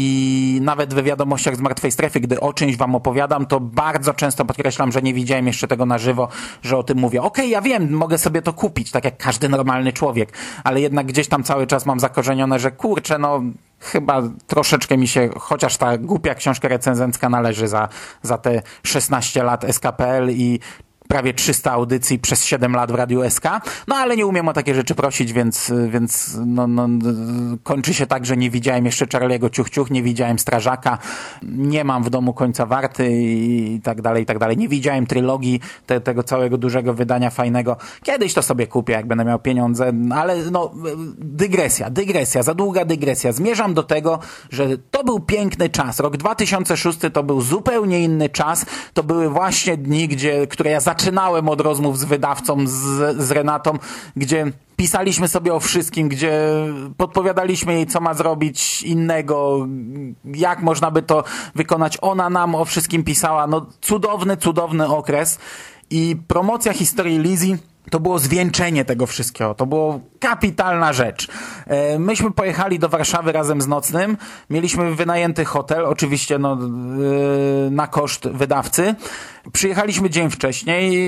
i nawet we wiadomościach z Martwej Strefy, gdy o czymś wam opowiadam, to bardzo często podkreślam, że nie widziałem jeszcze tego na żywo, że o tym mówię. Okej, okay, ja wiem, mogę sobie to kupić, tak jak każdy normalny człowiek, ale jednak gdzieś tam cały czas mam zakorzenione, że kurczę, no chyba troszeczkę mi się, chociaż ta głupia książka recenzencka należy za, za te szesnaście lat S K P L i prawie trzysta audycji przez siedem lat w Radiu S K, no ale nie umiem o takie rzeczy prosić, więc, więc no, no, kończy się tak, że nie widziałem jeszcze Charlie'ego Ciuch Ciuch, nie widziałem Strażaka, nie mam w domu Końca Warty i tak dalej, i tak dalej. Nie widziałem trylogii te, tego całego dużego wydania fajnego. Kiedyś to sobie kupię, jak będę miał pieniądze, ale no dygresja, dygresja, za długa dygresja. Zmierzam do tego, że to był piękny czas. Rok dwa tysiące szósty to był zupełnie inny czas. To były właśnie dni, gdzie, które ja zaczynałem od rozmów z wydawcą, z, z Renatą, gdzie pisaliśmy sobie o wszystkim, gdzie podpowiadaliśmy jej, co ma zrobić innego, jak można by to wykonać. Ona nam o wszystkim pisała. No cudowny, cudowny okres i promocja historii Lizzie to było zwieńczenie tego wszystkiego. To było kapitalna rzecz. Myśmy pojechali do Warszawy razem z Nocnym. Mieliśmy wynajęty hotel, oczywiście no, na koszt wydawcy. Przyjechaliśmy dzień wcześniej.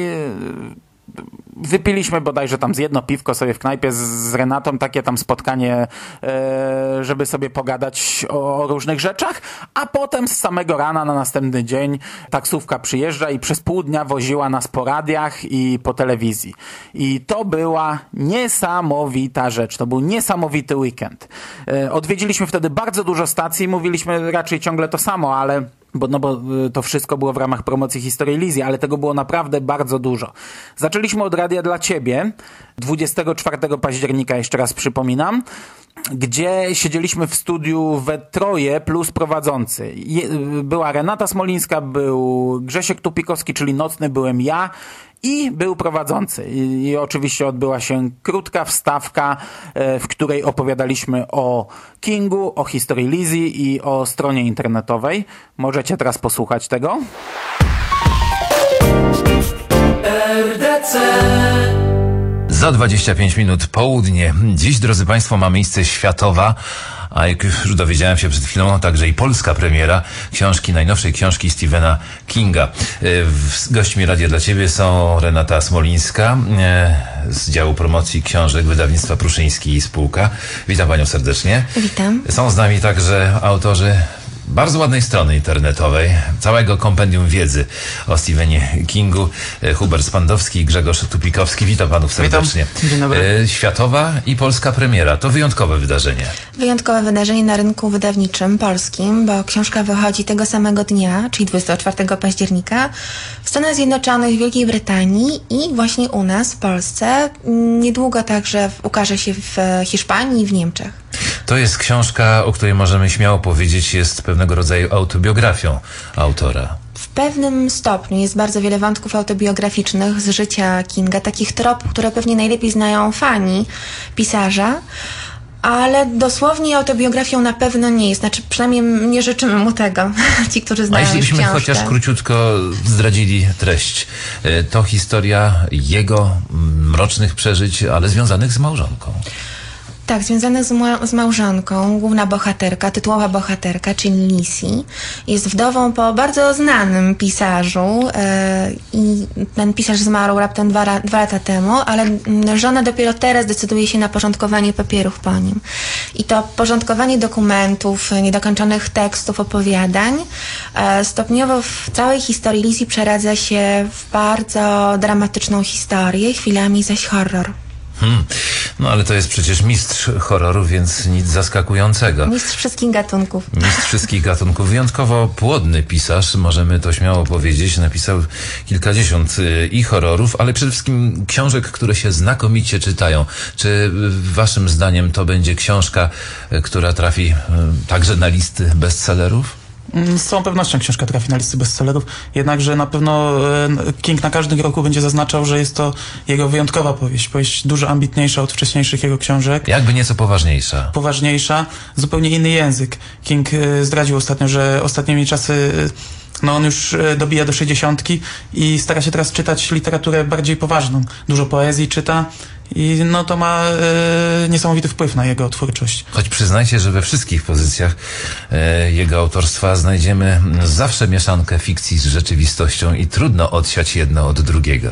Wypiliśmy bodajże tam z jedno piwko sobie w knajpie z, z Renatą, takie tam spotkanie, e, żeby sobie pogadać o, o różnych rzeczach, a potem z samego rana na następny dzień taksówka przyjeżdża i przez pół dnia woziła nas po radiach i po telewizji. I to była niesamowita rzecz, to był niesamowity weekend. E, odwiedziliśmy wtedy bardzo dużo stacji, mówiliśmy raczej ciągle to samo, ale Bo, no bo to wszystko było w ramach promocji historii Lizzie, ale tego było naprawdę bardzo dużo. Zaczęliśmy od Radia dla Ciebie dwudziestego czwartego października, jeszcze raz przypominam, gdzie siedzieliśmy w studiu we troje plus prowadzący. Je, była Renata Smolińska, był Grzesiek Tupikowski, czyli Nocny, byłem ja i był prowadzący. I, I oczywiście odbyła się krótka wstawka, e, w której opowiadaliśmy o Kingu, o historii Lizzie i o stronie internetowej. Możecie teraz posłuchać tego. R D C. Za dwadzieścia pięć minut południe. Dziś, drodzy Państwo, ma miejsce światowa, a jak już dowiedziałem się przed chwilą, także i polska premiera książki, najnowszej książki Stephena Kinga. Gośćmi Radia dla Ciebie są Renata Smolińska z działu promocji książek wydawnictwa Pruszyński i Spółka. Witam Panią serdecznie. Witam. Są z nami także autorzy bardzo ładnej strony internetowej, całego kompendium wiedzy o Stephenie Kingu. Hubert Spandowski i Grzegorz Tupikowski. Witam panów serdecznie. Witam. Dzień dobry. Światowa i polska premiera. To wyjątkowe wydarzenie. Wyjątkowe wydarzenie na rynku wydawniczym polskim, bo książka wychodzi tego samego dnia, czyli dwudziestego czwartego października w Stanach Zjednoczonych, Wielkiej Brytanii i właśnie u nas w Polsce. Niedługo także ukaże się w Hiszpanii i w Niemczech. To jest książka, o której możemy śmiało powiedzieć, jest pewnego rodzaju autobiografią autora. W pewnym stopniu jest bardzo wiele wątków autobiograficznych z życia Kinga, takich tropów, które pewnie najlepiej znają fani pisarza, ale dosłownie autobiografią na pewno nie jest. Znaczy, przynajmniej nie życzymy mu tego, ci, którzy znają A jeśli byśmy książkę. chociaż króciutko zdradzili treść, to historia jego mrocznych przeżyć, ale związanych z małżonką. Tak, związanych z, ma- z małżonką. Główna bohaterka, tytułowa bohaterka, czyli Lizzie, jest wdową po bardzo znanym pisarzu e, i ten pisarz zmarł raptem dwa, ra- dwa lata temu, ale mm, żona dopiero teraz decyduje się na porządkowanie papierów po nim. I to porządkowanie dokumentów, niedokończonych tekstów, opowiadań e, stopniowo w całej historii Lizzie przeradza się w bardzo dramatyczną historię, chwilami zaś horror. Hmm. No ale to jest przecież mistrz horroru, więc nic zaskakującego. Mistrz wszystkich gatunków. Mistrz wszystkich gatunków. Wyjątkowo płodny pisarz, możemy to śmiało powiedzieć. Napisał kilkadziesiąt y, i horrorów, ale przede wszystkim książek, które się znakomicie czytają. Czy y, waszym zdaniem to będzie książka, y, która trafi y, także na listy bestsellerów? Z całą pewnością książka trafi na listy bestsellerów, jednakże na pewno King na każdym roku będzie zaznaczał, że jest to jego wyjątkowa powieść. Powieść dużo ambitniejsza od wcześniejszych jego książek. Jakby nieco poważniejsza. Poważniejsza, zupełnie inny język. King zdradził ostatnio, że ostatnimi czasy no on już dobija do sześćdziesiątki i stara się teraz czytać literaturę bardziej poważną. Dużo poezji czyta i no to ma e, niesamowity wpływ na jego twórczość. Choć przyznajcie, że we wszystkich pozycjach e, jego autorstwa znajdziemy zawsze mieszankę fikcji z rzeczywistością i trudno odsiać jedno od drugiego.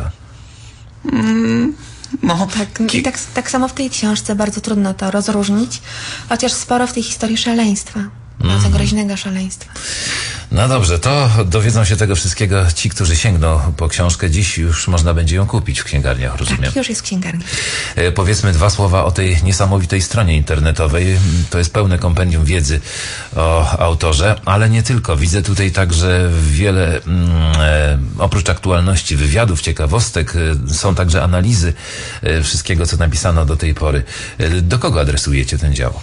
Mm, no, Tak, i tak, tak samo w tej książce bardzo trudno to rozróżnić, chociaż sporo w tej historii szaleństwa. Bardzo groźnego szaleństwa. No dobrze, to dowiedzą się tego wszystkiego ci, którzy sięgną po książkę. Dziś już można będzie ją kupić w księgarniach, rozumiem. Tak, już jest w księgarni. E, powiedzmy dwa słowa o tej niesamowitej stronie internetowej. To jest pełne kompendium wiedzy o autorze, ale nie tylko. Widzę tutaj także wiele, mm, e, oprócz aktualności, wywiadów, ciekawostek, e, są także analizy e, wszystkiego, co napisano do tej pory. E, do kogo adresujecie ten dział?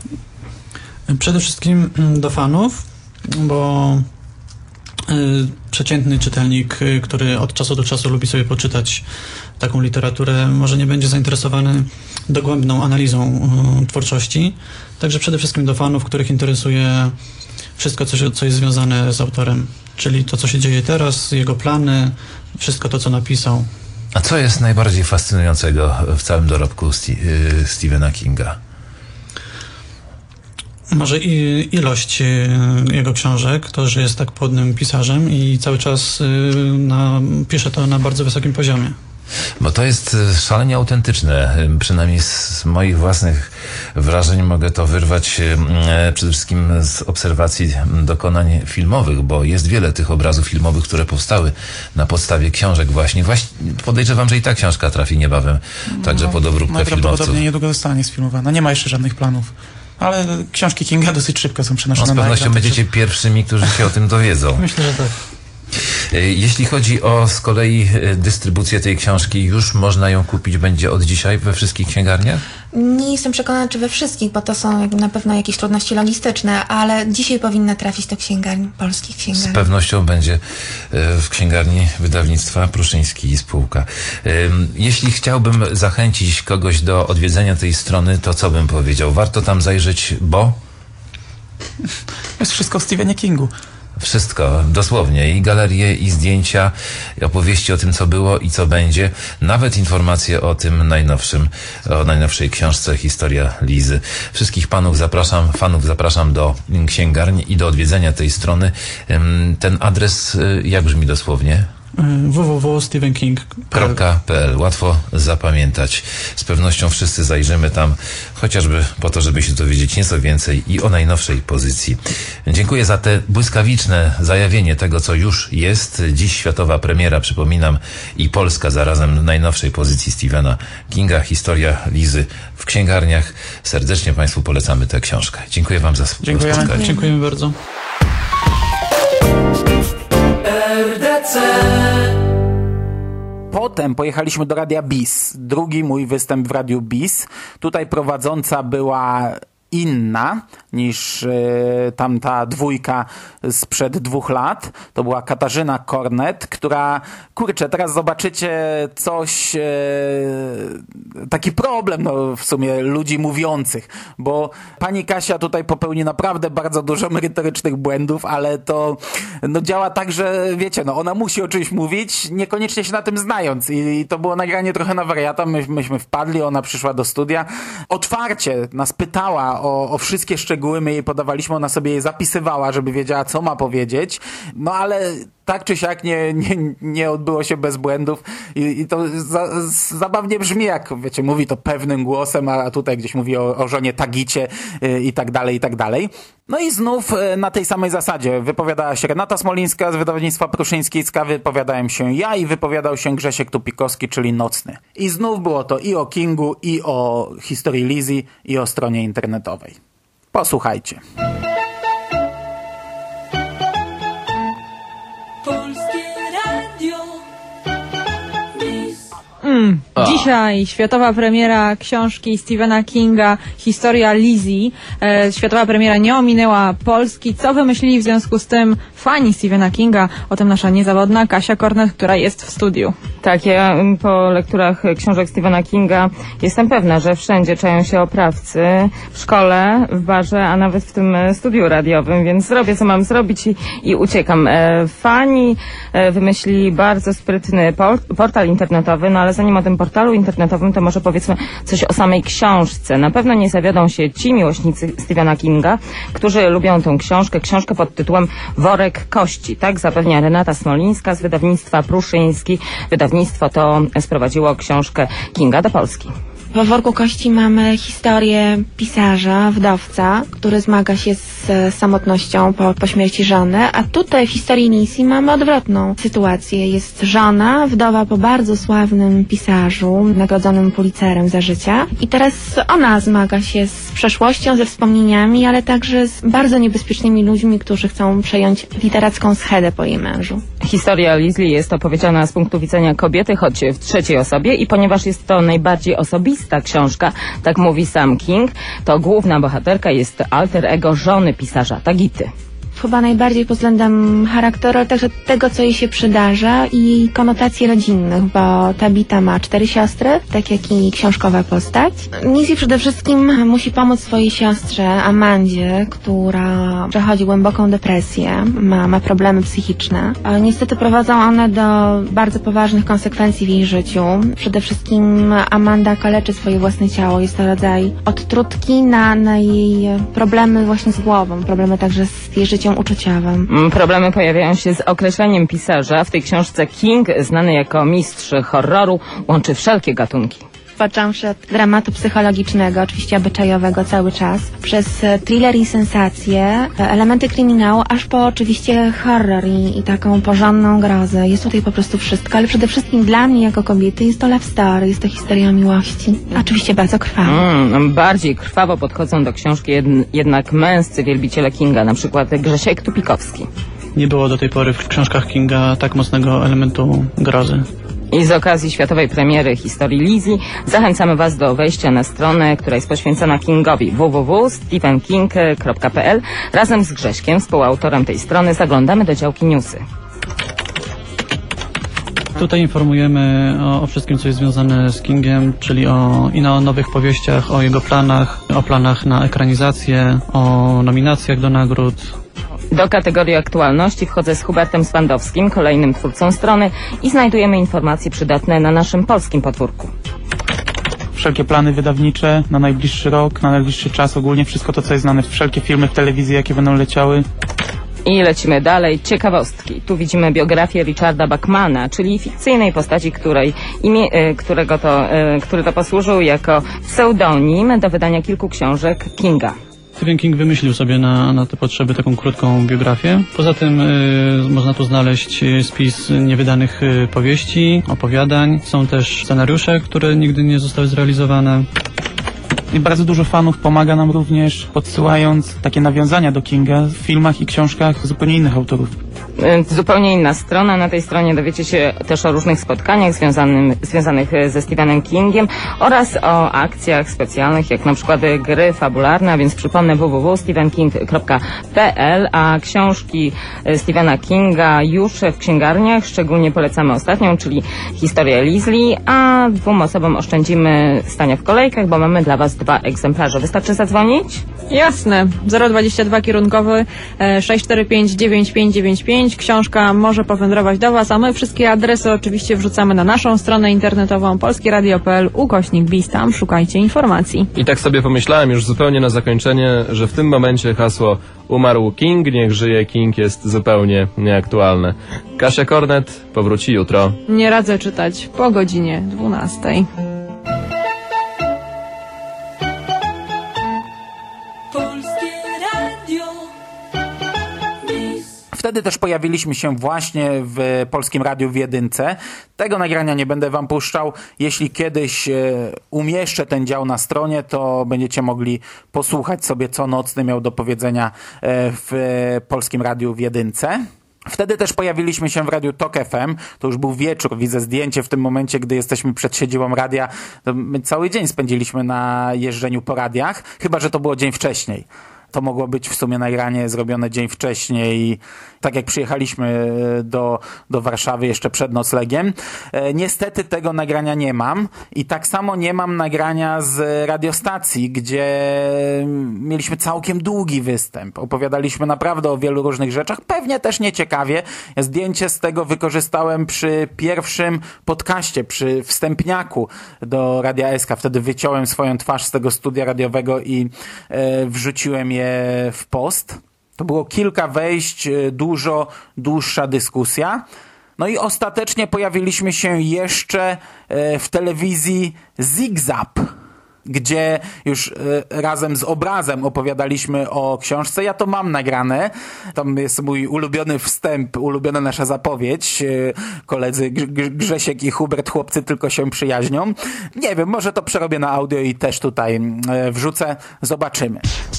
Przede wszystkim do fanów, bo y, przeciętny czytelnik, y, który od czasu do czasu lubi sobie poczytać taką literaturę, może nie będzie zainteresowany dogłębną analizą y, twórczości. Także przede wszystkim do fanów, których interesuje wszystko, co, co jest związane z autorem, czyli to, co się dzieje teraz, jego plany, wszystko to, co napisał. A co jest najbardziej fascynującego w całym dorobku Sti- y, Stephena Kinga? Może i ilość y, jego książek, to, że jest tak płodnym pisarzem i cały czas y, na, pisze to na bardzo wysokim poziomie. Bo to jest szalenie autentyczne. Przynajmniej z moich własnych wrażeń mogę to wyrwać e, przede wszystkim z obserwacji dokonań filmowych, bo jest wiele tych obrazów filmowych, które powstały na podstawie książek właśnie. właśnie podejrzewam, że i ta książka trafi niebawem także no, pod obróbkę filmowców. Najprawdopodobniej niedługo zostanie sfilmowana. Nie ma jeszcze żadnych planów. Ale książki Kinga dosyć szybko są przenoszone no, z na pewnością ekran. będziecie pierwszymi, którzy się o tym dowiedzą. Myślę, że tak. Jeśli chodzi o z kolei dystrybucję tej książki, już można ją kupić będzie od dzisiaj we wszystkich księgarniach? Nie jestem przekonana, czy we wszystkich, bo to są na pewno jakieś trudności logistyczne, ale dzisiaj powinna trafić do księgarni, polskich księgarni. Z pewnością będzie w księgarni wydawnictwa Pruszyński i spółka. Jeśli chciałbym zachęcić kogoś do odwiedzenia tej strony, to co bym powiedział? Warto tam zajrzeć, bo? Jest wszystko w Stephenie Kingu. Wszystko, dosłownie. I galerie, i zdjęcia, i opowieści o tym, co było i co będzie. Nawet informacje o tym najnowszym, o najnowszej książce Historia Lizy. Wszystkich panów zapraszam, fanów zapraszam do księgarni i do odwiedzenia tej strony. Ten adres, jak brzmi dosłownie? w w w kropka stephen king kropka p l. Łatwo zapamiętać. Z pewnością wszyscy zajrzymy tam, chociażby po to, żeby się dowiedzieć nieco więcej i o najnowszej pozycji. Dziękuję za te błyskawiczne zajawienie tego, co już jest. Dziś światowa premiera, przypominam, i Polska zarazem najnowszej pozycji Stephena Kinga, Historia Lizy w księgarniach. Serdecznie Państwu polecamy tę książkę. Dziękuję Wam za Dziękujemy. spotkanie. Dziękujemy bardzo. R D C. Potem pojechaliśmy do Radia BIS. Drugi mój występ w Radiu BIS. Tutaj prowadząca była inna niż y, tamta dwójka sprzed dwóch lat. To była Katarzyna Kornet, która, kurczę, teraz zobaczycie coś, y, taki problem, no w sumie ludzi mówiących, bo pani Kasia tutaj popełni naprawdę bardzo dużo merytorycznych błędów, ale to no, działa tak, że wiecie, no ona musi o czymś mówić, niekoniecznie się na tym znając i, i to było nagranie trochę na wariata. My, myśmy wpadli, ona przyszła do studia, otwarcie nas pytała O, o wszystkie szczegóły, my jej podawaliśmy, ona sobie je zapisywała, żeby wiedziała, co ma powiedzieć, no ale tak czy siak nie, nie, nie odbyło się bez błędów i, i to za, zabawnie brzmi, jak wiecie, mówi to pewnym głosem, a tutaj gdzieś mówi o, o żonie Tagicie y, i tak dalej, i tak dalej. No i znów y, na tej samej zasadzie wypowiadała się Renata Smolińska z wydawnictwa Pruszyńskiego, wypowiadałem się ja i wypowiadał się Grzesiek Tupikowski, czyli Nocny. I znów było to i o Kingu, i o historii Lizy, i o stronie internetowej. Posłuchajcie. Mm. Dzisiaj światowa premiera książki Stephena Kinga Historia Lizy. E, światowa premiera nie ominęła Polski. Co wymyślili w związku z tym fani Stephena Kinga? O tym nasza niezawodna Kasia Kornet, która jest w studiu. Tak, ja po lekturach książek Stephena Kinga jestem pewna, że wszędzie czają się oprawcy, w szkole, w barze, a nawet w tym studiu radiowym, więc zrobię, co mam zrobić i, i uciekam. E, fani e, wymyślili bardzo sprytny por portal internetowy, no ale zanim o tym portalu internetowym, to może powiedzmy coś o samej książce. Na pewno nie zawiodą się ci miłośnicy Stephena Kinga, którzy lubią tę książkę, książkę pod tytułem Worek Kości. Tak zapewnia Renata Smolińska z wydawnictwa Pruszyński. Wydawnictwo to sprowadziło książkę Kinga do Polski. W Worku Kości mamy historię pisarza, wdowca, który zmaga się z samotnością po, po śmierci żony, a tutaj w historii Lizy mamy odwrotną sytuację. Jest żona, wdowa po bardzo sławnym pisarzu, nagrodzonym Pulitzerem za życia i teraz ona zmaga się z przeszłością, ze wspomnieniami, ale także z bardzo niebezpiecznymi ludźmi, którzy chcą przejąć literacką schedę po jej mężu. Historia Lizy jest opowiedziana z punktu widzenia kobiety, choć w trzeciej osobie i ponieważ jest to najbardziej osobista ta książka, tak mówi sam King, to główna bohaterka jest alter ego żony pisarza Tagity. Chyba najbardziej pod względem charakteru, ale także tego, co jej się przydarza i konotacji rodzinnych, bo Tabita ma cztery siostry, tak jak i książkowa postać. Lizy przede wszystkim musi pomóc swojej siostrze Amandzie, która przechodzi głęboką depresję, ma, ma problemy psychiczne. Ale niestety prowadzą one do bardzo poważnych konsekwencji w jej życiu. Przede wszystkim Amanda kaleczy swoje własne ciało. Jest to rodzaj odtrutki na, na jej problemy właśnie z głową, problemy także z jej życiem uczuciowym. Problemy pojawiają się z określeniem pisarza. W tej książce King, znany jako mistrz horroru, łączy wszelkie gatunki. Począwszy od dramatu psychologicznego, oczywiście obyczajowego cały czas, przez thriller i sensacje, elementy kryminału, aż po oczywiście horror i, i taką porządną grozę. Jest tutaj po prostu wszystko, ale przede wszystkim dla mnie jako kobiety jest to love story, jest to historia miłości. Oczywiście bardzo krwawo. Mm, bardziej krwawo podchodzą do książki jed jednak męscy wielbiciele Kinga, na przykład Grzesiek Tupikowski. Nie było do tej pory w książkach Kinga tak mocnego elementu grozy. I z okazji światowej premiery historii Lizy zachęcamy Was do wejścia na stronę, która jest poświęcona Kingowi, w w w kropka stephen king kropka p l. Razem z Grześkiem, współautorem tej strony, zaglądamy do działki newsy. Tutaj informujemy o, o wszystkim, co jest związane z Kingiem, czyli o, i o nowych powieściach, o jego planach, o planach na ekranizację, o nominacjach do nagród. Do kategorii aktualności wchodzę z Hubertem Swandowskim, kolejnym twórcą strony, i znajdujemy informacje przydatne na naszym polskim podwórku. Wszelkie plany wydawnicze na najbliższy rok, na najbliższy czas, ogólnie wszystko to, co jest znane, wszelkie filmy w telewizji, jakie będą leciały. I lecimy dalej. Ciekawostki. Tu widzimy biografię Richarda Bachmana, czyli fikcyjnej postaci, której imię, y, którego to, y, który to posłużył jako pseudonim do wydania kilku książek Kinga. Stephen King wymyślił sobie na, na te potrzeby taką krótką biografię. Poza tym y, można tu znaleźć spis niewydanych y, powieści, opowiadań. Są też scenariusze, które nigdy nie zostały zrealizowane. I bardzo dużo fanów pomaga nam również podsyłając takie nawiązania do Kinga w filmach i książkach zupełnie innych autorów. Zupełnie inna strona. Na tej stronie dowiecie się też o różnych spotkaniach związanym, związanych ze Stephenem Kingiem oraz o akcjach specjalnych, jak na przykład gry fabularne, a więc przypomnę w w w kropka stephen king kropka p l, a książki Stephena Kinga już w księgarniach. Szczególnie polecamy ostatnią, czyli Historię Leslie, a dwóm osobom oszczędzimy stania w kolejkach, bo mamy dla Was dwa egzemplarze. Wystarczy zadzwonić? Jasne. zero dwadzieścia dwa kierunkowy sześć cztery pięć dziewięć pięć dziewięć pięć. Książka może powędrować do Was, a my wszystkie adresy oczywiście wrzucamy na naszą stronę internetową polskieradio kropka p l ukośnik bis. Tam szukajcie informacji. I tak sobie pomyślałem już zupełnie na zakończenie, że w tym momencie hasło umarł King, niech żyje King jest zupełnie nieaktualne. Kasia Kornet powróci jutro. Nie radzę czytać po godzinie dwunastej. Wtedy też pojawiliśmy się właśnie w Polskim Radiu w Jedynce. Tego nagrania nie będę wam puszczał. Jeśli kiedyś e, umieszczę ten dział na stronie, to będziecie mogli posłuchać sobie, co Nocny miał do powiedzenia e, w e, Polskim Radiu w Jedynce. Wtedy też pojawiliśmy się w Radiu Tok F M. To już był wieczór. Widzę zdjęcie w tym momencie, gdy jesteśmy przed siedzibą radia. To my cały dzień spędziliśmy na jeżdżeniu po radiach, chyba że to było dzień wcześniej. To mogło być w sumie nagranie zrobione dzień wcześniej, tak jak przyjechaliśmy do, do Warszawy jeszcze przed noclegiem. E, niestety tego nagrania nie mam i tak samo nie mam nagrania z radiostacji, gdzie mieliśmy całkiem długi występ. Opowiadaliśmy naprawdę o wielu różnych rzeczach, pewnie też nieciekawie. Zdjęcie z tego wykorzystałem przy pierwszym podcaście, przy wstępniaku do Radia S K. Wtedy wyciąłem swoją twarz z tego studia radiowego i e, wrzuciłem je w post. To było kilka wejść, dużo dłuższa dyskusja. No i ostatecznie pojawiliśmy się jeszcze w telewizji Zigzap, gdzie już razem z obrazem opowiadaliśmy o książce. Ja to mam nagrane. Tam jest mój ulubiony wstęp, ulubiona nasza zapowiedź. Koledzy Grzesiek i Hubert, chłopcy tylko się przyjaźnią. Nie wiem, może to przerobię na audio i też tutaj wrzucę. Zobaczymy.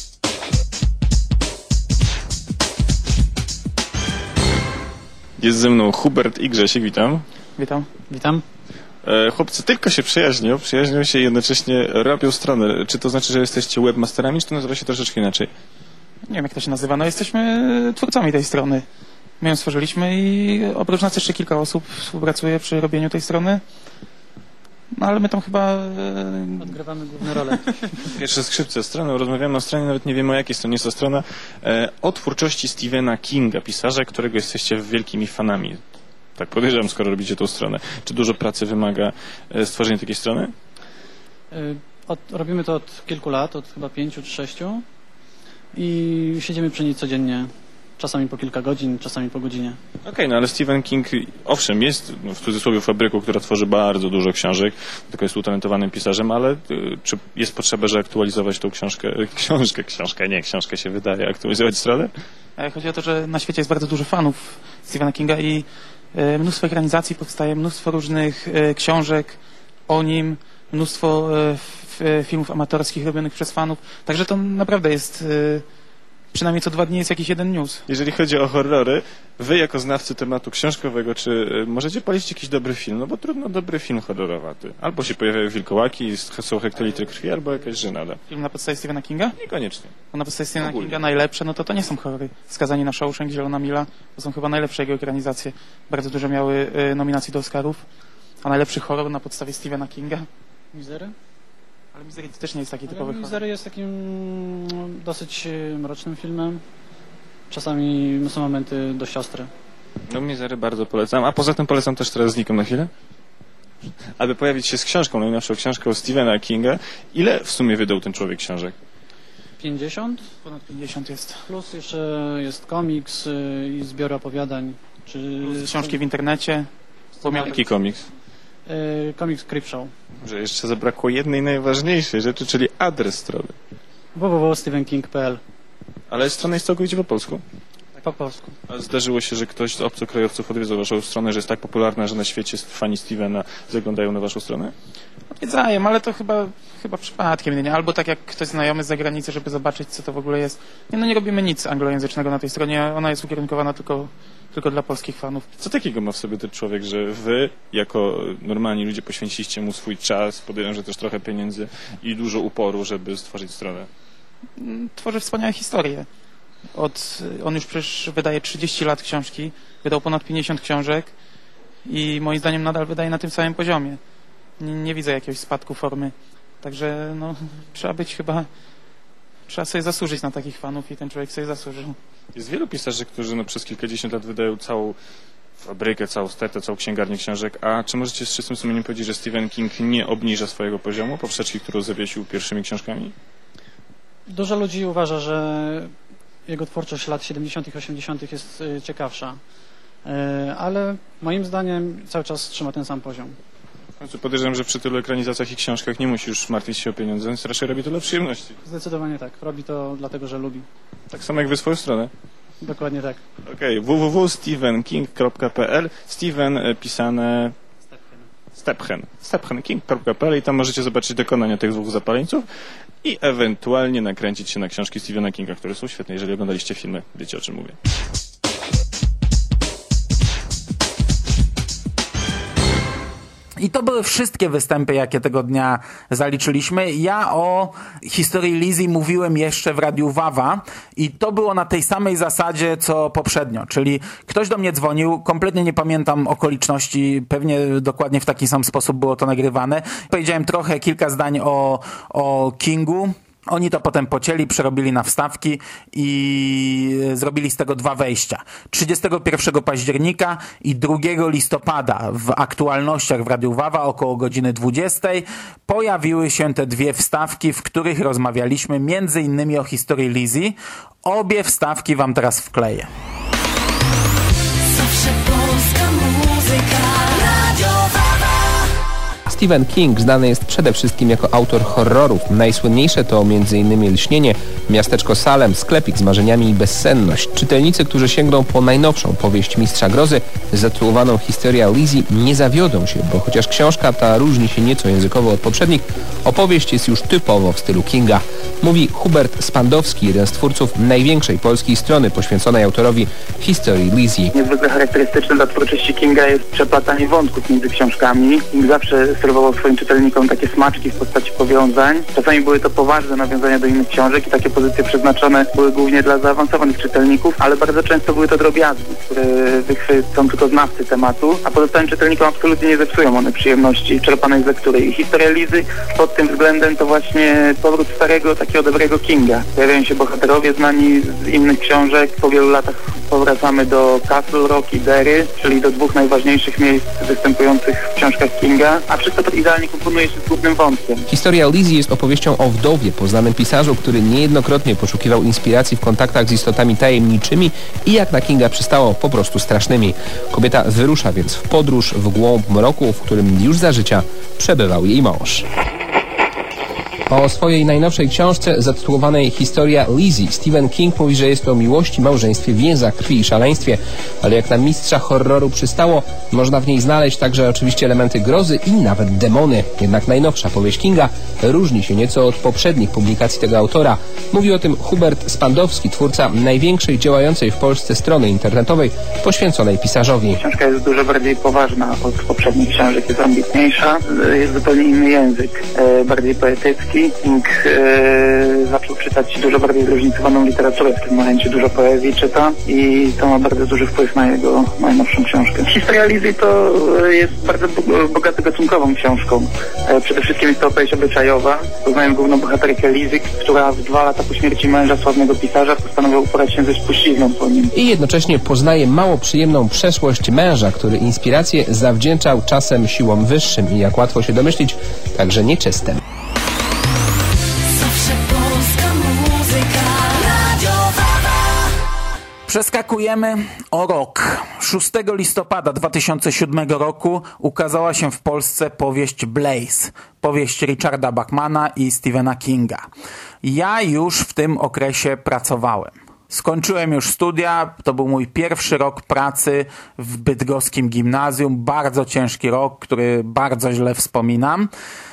Jest ze mną Hubert i Grzesiek, witam. Witam. Witam. E, chłopcy tylko się przyjaźnią, przyjaźnią się i jednocześnie robią stronę. Czy to znaczy, że jesteście webmasterami, czy to nazywa się troszeczkę inaczej? Nie wiem, jak to się nazywa. No jesteśmy twórcami tej strony. My ją stworzyliśmy i oprócz nas jeszcze kilka osób współpracuje przy robieniu tej strony. No ale my tam chyba e... odgrywamy główne role. Pierwsze skrzypce strony, rozmawiamy o stronie, nawet nie wiemy, o jakiej stronie jest to strona, e, o twórczości Stephena Kinga, pisarza, którego jesteście wielkimi fanami. Tak podejrzewam, skoro robicie tą stronę. Czy dużo pracy wymaga e, stworzenie takiej strony? E, od, robimy to od kilku lat, od chyba pięciu czy sześciu i siedzimy przy niej codziennie. Czasami po kilka godzin, czasami po godzinie. Okej, okay, no ale Stephen King, owszem, jest w cudzysłowie fabryką, która tworzy bardzo dużo książek, tylko jest utalentowanym pisarzem, ale y, czy jest potrzeba, że aktualizować tą książkę, książkę, książkę, nie, książkę się wydaje, aktualizować stronę? Chodzi o to, że na świecie jest bardzo dużo fanów Stephena Kinga i y, mnóstwo ekranizacji powstaje, mnóstwo różnych y, książek o nim, mnóstwo y, f, y, filmów amatorskich robionych przez fanów, także to naprawdę jest... Y, Przynajmniej co dwa dni jest jakiś jeden news. Jeżeli chodzi o horrory, wy jako znawcy tematu książkowego, czy y, możecie polecić jakiś dobry film? No bo trudno dobry film horrorowaty. Albo się pojawiają wilkołaki, są hektolitry krwi, albo jakaś żenada. Film na podstawie Stephena Kinga? Niekoniecznie. Bo na podstawie Stephena Kinga najlepsze, no to to nie są horrory. Skazani na Shawshank, Zielona Mila, to są chyba najlepsze jego ekranizacje. Bardzo dużo miały y, nominacji do Oscarów. A najlepszy horror na podstawie Stephena Kinga? Mizery? Ale Mizery to też nie jest taki typowy horror. Mizery jest takim dosyć mrocznym filmem. Czasami są momenty dość ostre. No Mizery bardzo polecam, a poza tym polecam też teraz znikam na chwilę. Aby pojawić się z książką, najnowszą książką Stephena Kinga, ile w sumie wydał ten człowiek książek? pięćdziesiąt. Ponad pięćdziesiąt jest. Plus jeszcze jest komiks y, i zbiór opowiadań. Czy Plus książki w internecie. Jaki komiks? Y, komiks Creepshow. Że jeszcze zabrakło jednej najważniejszej rzeczy, czyli adres strony. w w w kropka steven king kropka p l. Ale strona jest całkowicie po polsku. Po polsku. A zdarzyło się, że ktoś z obcokrajowców odwiedzał waszą stronę, że jest tak popularna, że na świecie fani Stevena zaglądają na waszą stronę? Odwiedzają, ale to chyba, chyba przypadkiem. Nie? Albo tak jak ktoś znajomy z zagranicy, żeby zobaczyć, co to w ogóle jest. Nie, no nie robimy nic anglojęzycznego na tej stronie. Ona jest ukierunkowana tylko, tylko dla polskich fanów. Co takiego ma w sobie ten człowiek, że wy, jako normalni ludzie, poświęciliście mu swój czas, podejrzewam, że też trochę pieniędzy i dużo uporu, żeby stworzyć stronę? Tworzy wspaniałe historie. Od, on już przecież wydaje trzydzieści lat książki, wydał ponad pięćdziesiąt książek i moim zdaniem nadal wydaje na tym samym poziomie. Nie, nie widzę jakiegoś spadku formy. Także no, trzeba być chyba, trzeba sobie zasłużyć na takich fanów i ten człowiek sobie zasłużył. Jest wielu pisarzy, którzy no, przez kilkadziesiąt lat wydają całą fabrykę, całą stertę, całą księgarnię książek. A czy możecie z czystym sumieniem powiedzieć, że Stephen King nie obniża swojego poziomu poprzeczki, którą zawiesił pierwszymi książkami? Dużo ludzi uważa, że jego twórczość lat siedemdziesiątych, osiemdziesiątych jest y, ciekawsza, y, ale moim zdaniem cały czas trzyma ten sam poziom. Znaczy, podejrzewam, że przy tylu ekranizacjach i książkach nie musi już martwić się o pieniądze, więc raczej robi to dla przyjemności. Zdecydowanie tak. Robi to dlatego, że lubi. Tak samo jak wy swoją stronę. Dokładnie tak. Okej, okay. w w w kropka steven king kropka p l. Steven pisane... Stephen. stephen king kropka p l i tam możecie zobaczyć dokonania tych dwóch zapaleńców i ewentualnie nakręcić się na książki Stephena Kinga, które są świetne. Jeżeli oglądaliście filmy, wiecie, o czym mówię. I to były wszystkie występy, jakie tego dnia zaliczyliśmy. Ja o historii Lizzie mówiłem jeszcze w Radiu Wawa i to było na tej samej zasadzie, co poprzednio. Czyli ktoś do mnie dzwonił, kompletnie nie pamiętam okoliczności, pewnie dokładnie w taki sam sposób było to nagrywane. Powiedziałem trochę, kilka zdań o, o Kingu. Oni to potem pocięli, przerobili na wstawki i zrobili z tego dwa wejścia. trzydziestego pierwszego października i drugiego listopada w aktualnościach w Radiu Wawa około godziny dwudziestej pojawiły się te dwie wstawki, w których rozmawialiśmy między innymi o historii Lizzie. Obie wstawki wam teraz wkleję. Zawsze polska muzyka, Radio Wawa. Stephen King znany jest przede wszystkim jako autor horrorów. Najsłynniejsze to między innymi Lśnienie, Miasteczko Salem, Sklepik z marzeniami i Bezsenność. Czytelnicy, którzy sięgną po najnowszą powieść Mistrza Grozy, zatytułowaną Historia Lizzie, nie zawiodą się, bo chociaż książka ta różni się nieco językowo od poprzednich, opowieść jest już typowo w stylu Kinga. Mówi Hubert Spandowski, jeden z twórców największej polskiej strony poświęconej autorowi historii Lizzie. Niezwykle charakterystyczne dla twórczości Kinga jest przeplatanie wątków między książkami. King zawsze serwował swoim czytelnikom takie smaczki w postaci powiązań. Czasami były to poważne nawiązania do innych książek i takie pozycje przeznaczone były głównie dla zaawansowanych czytelników, ale bardzo często były to drobiazgi, które wychwycą tylko znawcy tematu, a pozostałym czytelnikom absolutnie nie zepsują one przyjemności czerpanej z lektury. I historia Lizzie pod tym względem to właśnie powrót starego, takiego dobrego Kinga. Pojawiają się bohaterowie znani z innych książek. Po wielu latach powracamy do Castle Rock i Derry, czyli do dwóch najważniejszych miejsc występujących w książkach Kinga, a wszystko to idealnie komponuje się z głównym wątkiem. Historia Lizzie jest opowieścią o wdowie, poznanym pisarzu, który niejednokrotnie poszukiwał inspiracji w kontaktach z istotami tajemniczymi i jak na Kinga przystało, po prostu strasznymi. Kobieta wyrusza więc w podróż w głąb mroku, w którym już za życia przebywał jej mąż. O swojej najnowszej książce zatytułowanej Historia Lizzie Stephen King mówi, że jest to o miłości, małżeństwie, więzach, krwi i szaleństwie, ale jak na mistrza horroru przystało, można w niej znaleźć także oczywiście elementy grozy i nawet demony. Jednak najnowsza powieść Kinga różni się nieco od poprzednich publikacji tego autora. Mówi o tym Hubert Spandowski, twórca największej działającej w Polsce strony internetowej poświęconej pisarzowi. Książka jest dużo bardziej poważna od poprzednich książek, jest ambitniejsza, jest zupełnie inny język, bardziej poetycki. King e, zaczął czytać dużo bardziej zróżnicowaną literaturę, w tym momencie dużo poezji czyta i to ma bardzo duży wpływ na jego najnowszą książkę. Historia Lizzie to jest bardzo bogato gatunkową książką. E, przede wszystkim jest to opowieść obyczajowa. Poznajemy główną bohaterkę Lizzie, która w dwa lata po śmierci męża, sławnego pisarza, postanowiła uporać się ze spuścizną po nim. I jednocześnie poznaje mało przyjemną przeszłość męża, który inspirację zawdzięczał czasem siłom wyższym i jak łatwo się domyślić, także nieczystym. Zawsze polska muzyka. Przeskakujemy o rok. szóstego listopada dwa tysiące siódmego roku ukazała się w Polsce powieść Blaze, powieść Richarda Bachmana i Stephena Kinga. Ja już w tym okresie pracowałem. Skończyłem już studia, to był mój pierwszy rok pracy w bydgoskim gimnazjum, bardzo ciężki rok, który bardzo źle wspominam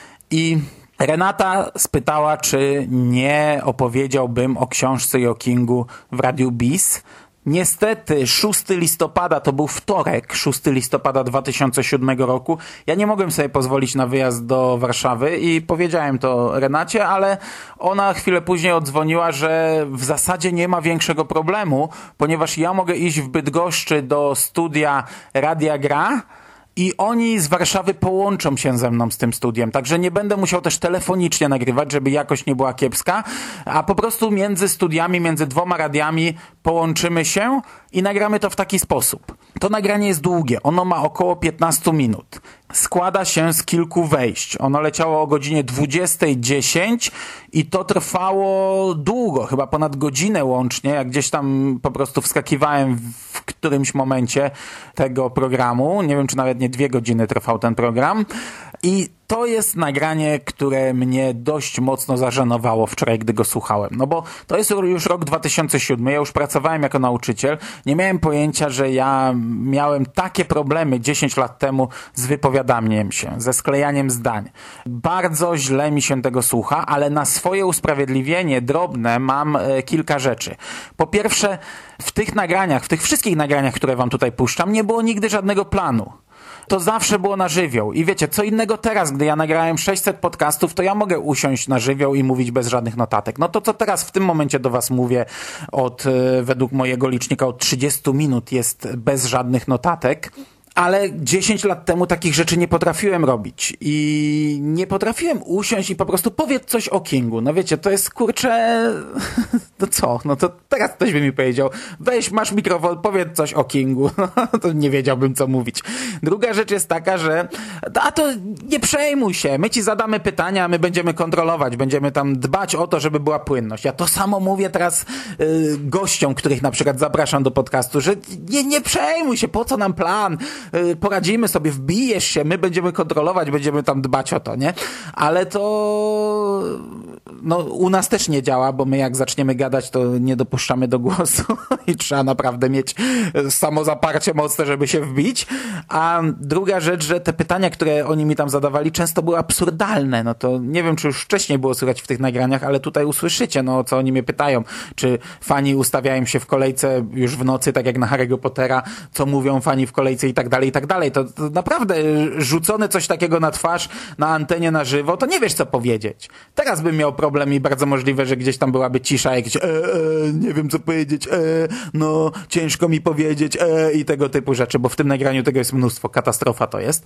i Renata spytała, czy nie opowiedziałbym o książce i o Kingu w Radiu Bis. Niestety szóstego listopada, to był wtorek, szóstego listopada dwa tysiące siódmego roku. Ja nie mogłem sobie pozwolić na wyjazd do Warszawy i powiedziałem to Renacie, ale ona chwilę później odzwoniła, że w zasadzie nie ma większego problemu, ponieważ ja mogę iść w Bydgoszczy do studia Radia Gra i oni z Warszawy połączą się ze mną z tym studiem, także nie będę musiał też telefonicznie nagrywać, żeby jakość nie była kiepska, a po prostu między studiami, między dwoma radiami połączymy się i nagramy to w taki sposób. To nagranie jest długie, ono ma około piętnaście minut. Składa się z kilku wejść. Ono leciało o godzinie dwudziestej dziesięć i to trwało długo, chyba ponad godzinę łącznie, jak gdzieś tam po prostu wskakiwałem w którymś momencie tego programu. Nie wiem, czy nawet nie dwie godziny trwał ten program. I to jest nagranie, które mnie dość mocno zażenowało wczoraj, gdy go słuchałem. No bo to jest już rok dwa tysiące siódmy, ja już pracowałem jako nauczyciel. Nie miałem pojęcia, że ja miałem takie problemy dziesięć lat temu z wypowiadaniem się, ze sklejaniem zdań. Bardzo źle mi się tego słucha, ale na swoje usprawiedliwienie drobne mam e, kilka rzeczy. Po pierwsze, w tych nagraniach, w tych wszystkich nagraniach, które wam tutaj puszczam, nie było nigdy żadnego planu. To zawsze było na żywioł. I wiecie, co innego teraz, gdy ja nagrałem sześćset podcastów, to ja mogę usiąść na żywioł i mówić bez żadnych notatek. No to co teraz w tym momencie do was mówię od, według mojego licznika, od trzydziestu minut jest bez żadnych notatek. Ale dziesięć lat temu takich rzeczy nie potrafiłem robić i nie potrafiłem usiąść i po prostu powiedz coś o Kingu. No wiecie, to jest kurczę... No co? No to teraz ktoś by mi powiedział, weź, masz mikrofon, powiedz coś o Kingu. To nie wiedziałbym, co mówić. Druga rzecz jest taka, że a to nie przejmuj się, my ci zadamy pytania, my będziemy kontrolować, będziemy tam dbać o to, żeby była płynność. Ja to samo mówię teraz yy, gościom, których na przykład zapraszam do podcastu, że nie, nie przejmuj się, po co nam plan? Poradzimy sobie, wbijesz się, my będziemy kontrolować, będziemy tam dbać o to, nie? Ale to no, u nas też nie działa, bo my jak zaczniemy gadać, to nie dopuszczamy do głosu i trzeba naprawdę mieć samozaparcie mocne, żeby się wbić. A druga rzecz, że te pytania, które oni mi tam zadawali, często były absurdalne. No to nie wiem, czy już wcześniej było słychać w tych nagraniach, ale tutaj usłyszycie, no co oni mnie pytają. Czy fani ustawiają się w kolejce już w nocy, tak jak na Harry'ego Pottera, co mówią fani w kolejce i tak dalej, i tak dalej. To, to naprawdę rzucone coś takiego na twarz, na antenie na żywo, to nie wiesz, co powiedzieć. Teraz bym miał problem i bardzo możliwe, że gdzieś tam byłaby cisza, jakieś e, e, nie wiem, co powiedzieć, e, no, ciężko mi powiedzieć, e, i tego typu rzeczy, bo w tym nagraniu tego jest mnóstwo, katastrofa to jest.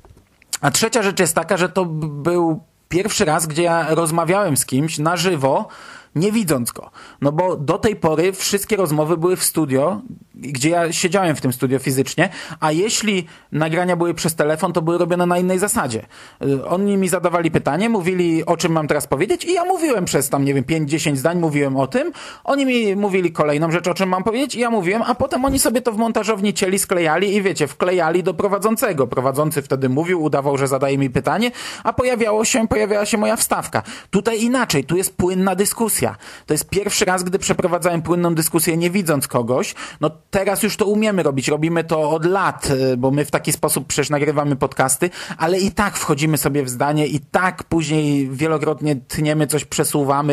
A trzecia rzecz jest taka, że to był pierwszy raz, gdzie ja rozmawiałem z kimś na żywo, nie widząc go. No bo do tej pory wszystkie rozmowy były w studio, gdzie ja siedziałem w tym studio fizycznie, a jeśli nagrania były przez telefon, to były robione na innej zasadzie. Oni mi zadawali pytanie, mówili, o czym mam teraz powiedzieć i ja mówiłem przez tam, nie wiem, pięć dziesięć zdań, mówiłem o tym. Oni mi mówili kolejną rzecz, o czym mam powiedzieć i ja mówiłem, a potem oni sobie to w montażowni cieli, sklejali i wiecie, wklejali do prowadzącego. Prowadzący wtedy mówił, udawał, że zadaje mi pytanie, a pojawiało się, pojawiała się moja wstawka. Tutaj inaczej, tu jest płynna dyskusja. To jest pierwszy raz, gdy przeprowadzałem płynną dyskusję, nie widząc kogoś. No teraz już to umiemy robić, robimy to od lat, bo my w taki sposób przecież nagrywamy podcasty, ale i tak wchodzimy sobie w zdanie i tak później wielokrotnie tniemy, coś przesuwamy,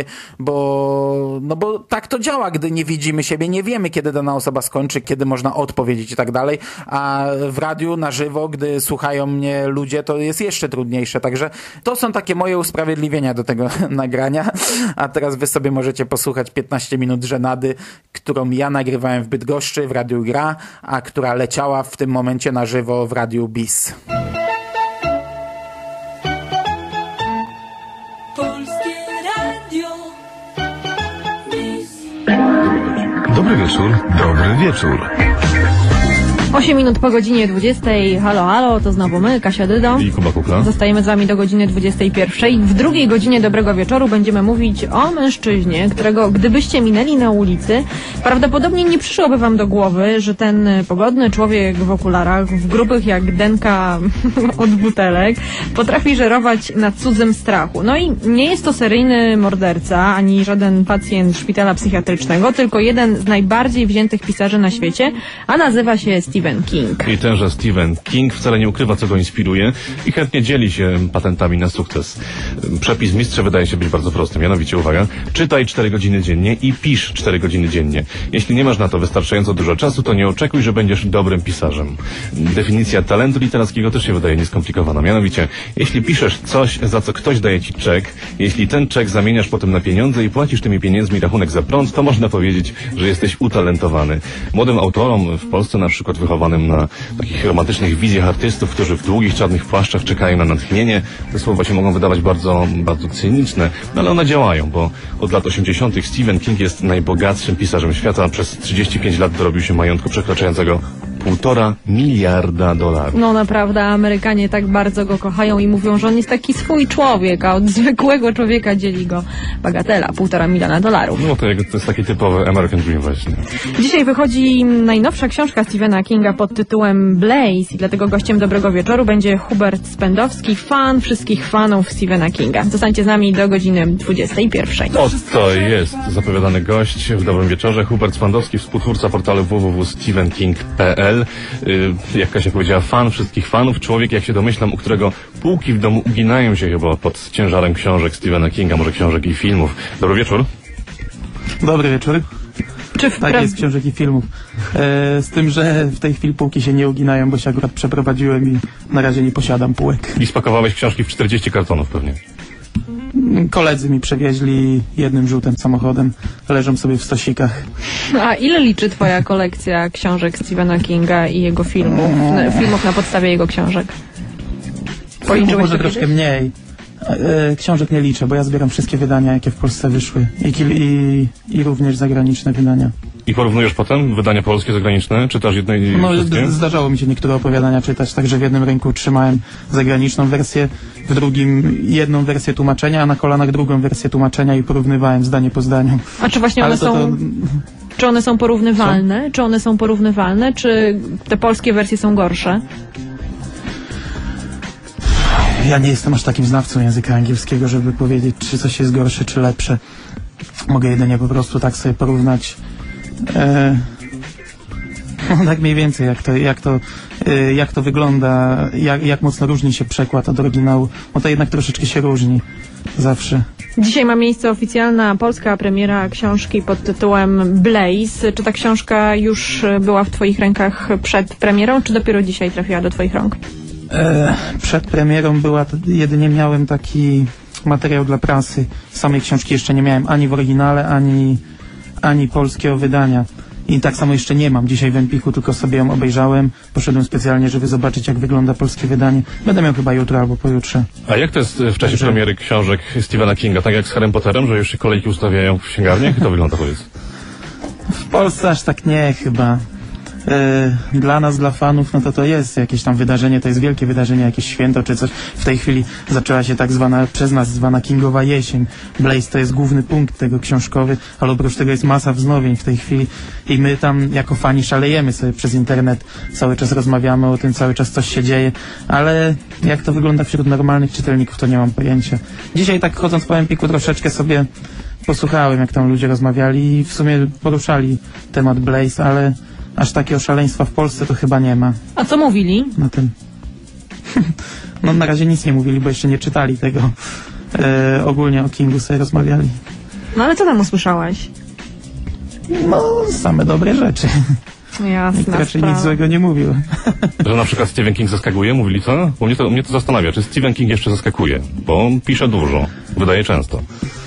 bo no bo tak to działa, gdy nie widzimy siebie, nie wiemy, kiedy dana osoba skończy, kiedy można odpowiedzieć i tak dalej, a w radiu na żywo, gdy słuchają mnie ludzie, to jest jeszcze trudniejsze, także to są takie moje usprawiedliwienia do tego nagrania, a teraz wy sobie możecie posłuchać piętnaście minut żenady, którą ja nagrywałem w Bydgoszczy, w Radiu Gra, a która leciała w tym momencie na żywo w Radiu Bis. Polskie Radio Bis. Dobry wieczór, dobry wieczór. osiem minut po godzinie dwudziestej. Halo, halo, to znowu my, Kasia Dydo. I Kuba Kukla. Zostajemy z wami do godziny dwudziestej pierwszej. W drugiej godzinie dobrego wieczoru będziemy mówić o mężczyźnie, którego gdybyście minęli na ulicy, prawdopodobnie nie przyszłoby wam do głowy, że ten pogodny człowiek w okularach, w grubych jak denka od butelek, potrafi żerować na cudzym strachu. No i nie jest to seryjny morderca, ani żaden pacjent szpitala psychiatrycznego, tylko jeden z najbardziej wziętych pisarzy na świecie, a nazywa się Stephen King. I tenże Stephen King wcale nie ukrywa, co go inspiruje i chętnie dzieli się patentami na sukces. Przepis mistrza wydaje się być bardzo prosty, mianowicie, uwaga, czytaj cztery godziny dziennie i pisz cztery godziny dziennie. Jeśli nie masz na to wystarczająco dużo czasu, to nie oczekuj, że będziesz dobrym pisarzem. Definicja talentu literackiego też się wydaje nieskomplikowana, mianowicie, jeśli piszesz coś, za co ktoś daje ci czek, jeśli ten czek zamieniasz potem na pieniądze i płacisz tymi pieniędzmi rachunek za prąd, to można powiedzieć, że jesteś utalentowany. Młodym autorom w Polsce, na przykład wychowanym na takich romantycznych wizjach artystów, którzy w długich, czarnych płaszczach czekają na natchnienie, te słowa się mogą wydawać bardzo, bardzo cyniczne, no ale one działają, bo od lat osiemdziesiątych Stephen King jest najbogatszym pisarzem świata, przez trzydzieści pięć lat dorobił się majątku przekraczającego półtora miliarda dolarów. No naprawdę, Amerykanie tak bardzo go kochają i mówią, że on jest taki swój człowiek, a od zwykłego człowieka dzieli go bagatela, półtora miliona dolarów. No to, to jest taki typowy American Dream właśnie. Dzisiaj wychodzi najnowsza książka Stephena Kinga pod tytułem Blaze i dlatego gościem dobrego wieczoru będzie Hubert Spędowski, fan wszystkich fanów Stephena Kinga. Zostańcie z nami do godziny dwudziestej pierwszej. Oto jest zapowiadany gość w dobrym wieczorze, Hubert Spędowski, współtwórca portalu w w w kropka stephen king kropka p l. Yy, jak Kasia powiedziała, fan wszystkich fanów, człowiek, jak się domyślam, u którego półki w domu uginają się chyba pod ciężarem książek Stephena Kinga, może książek i filmów. Dobry wieczór. Dobry wieczór. Czy w tak pra... jest, książek i filmów. E, z tym, że w tej chwili półki się nie uginają, bo się akurat przeprowadziłem i na razie nie posiadam półek. I spakowałeś książki w czterdzieści kartonów pewnie. Koledzy mi przewieźli jednym żółtym samochodem, leżą sobie w stosikach. A ile liczy twoja kolekcja książek Stephena Kinga i jego filmów, filmów na podstawie jego książek? Policzyłeś może troszkę mniej. E, książek nie liczę, bo ja zbieram wszystkie wydania, jakie w Polsce wyszły i, i, i również zagraniczne wydania. I porównujesz potem wydania polskie, zagraniczne? Czytasz jedno i No, wszystkie? Zdarzało mi się niektóre opowiadania czytać, także w jednym ręku trzymałem zagraniczną wersję, w drugim jedną wersję tłumaczenia, a na kolanach drugą wersję tłumaczenia i porównywałem zdanie po zdaniu. A czy właśnie one to, są... to... Czy one są porównywalne? Co? Czy one są porównywalne? Czy te polskie wersje są gorsze? Ja nie jestem aż takim znawcą języka angielskiego, żeby powiedzieć, czy coś jest gorsze, czy lepsze. Mogę jedynie po prostu tak sobie porównać e, no, tak mniej więcej, jak to, jak to, e, jak to wygląda, jak, jak mocno różni się przekład od oryginału, bo to jednak troszeczkę się różni zawsze. Dzisiaj ma miejsce oficjalna polska premiera książki pod tytułem Blaze. Czy ta książka już była w twoich rękach przed premierą, czy dopiero dzisiaj trafiła do twoich rąk? E, przed premierą była, jedynie miałem taki materiał dla prasy. Samej książki jeszcze nie miałem ani w oryginale, ani, ani polskiego wydania. I tak samo jeszcze nie mam dzisiaj w Empiku, tylko sobie ją obejrzałem. Poszedłem specjalnie, żeby zobaczyć, jak wygląda polskie wydanie. Będę miał chyba jutro albo pojutrze. A jak to jest w czasie Także... premiery książek Stephena Kinga? Tak jak z Harrym Potterem, że już się kolejki ustawiają w księgarniach? Jak to wygląda, powiedz? W Polsce aż tak nie, chyba. Yy, dla nas, dla fanów, no to to jest jakieś tam wydarzenie, to jest wielkie wydarzenie, jakieś święto czy coś. W tej chwili zaczęła się tak zwana, przez nas zwana Kingowa jesień. Blaze to jest główny punkt tego książkowy, ale oprócz tego jest masa wznowień w tej chwili i my tam jako fani szalejemy sobie przez internet, cały czas rozmawiamy o tym, cały czas coś się dzieje, ale jak to wygląda wśród normalnych czytelników, to nie mam pojęcia. Dzisiaj tak chodząc po Empiku troszeczkę sobie posłuchałem, jak tam ludzie rozmawiali i w sumie poruszali temat Blaze, ale aż takiego szaleństwa w Polsce to chyba nie ma. A co mówili? Na tym. No na razie nic nie mówili, bo jeszcze nie czytali tego. E, ogólnie o Kingu sobie rozmawiali. No ale co tam usłyszałeś? No, same dobre rzeczy. Jasna Nikt raczej sprawa. nic złego nie mówił. Że na przykład Stephen King zaskakuje? Mówili co? Bo mnie to, mnie to zastanawia, czy Stephen King jeszcze zaskakuje? Bo on pisze dużo, wydaje często.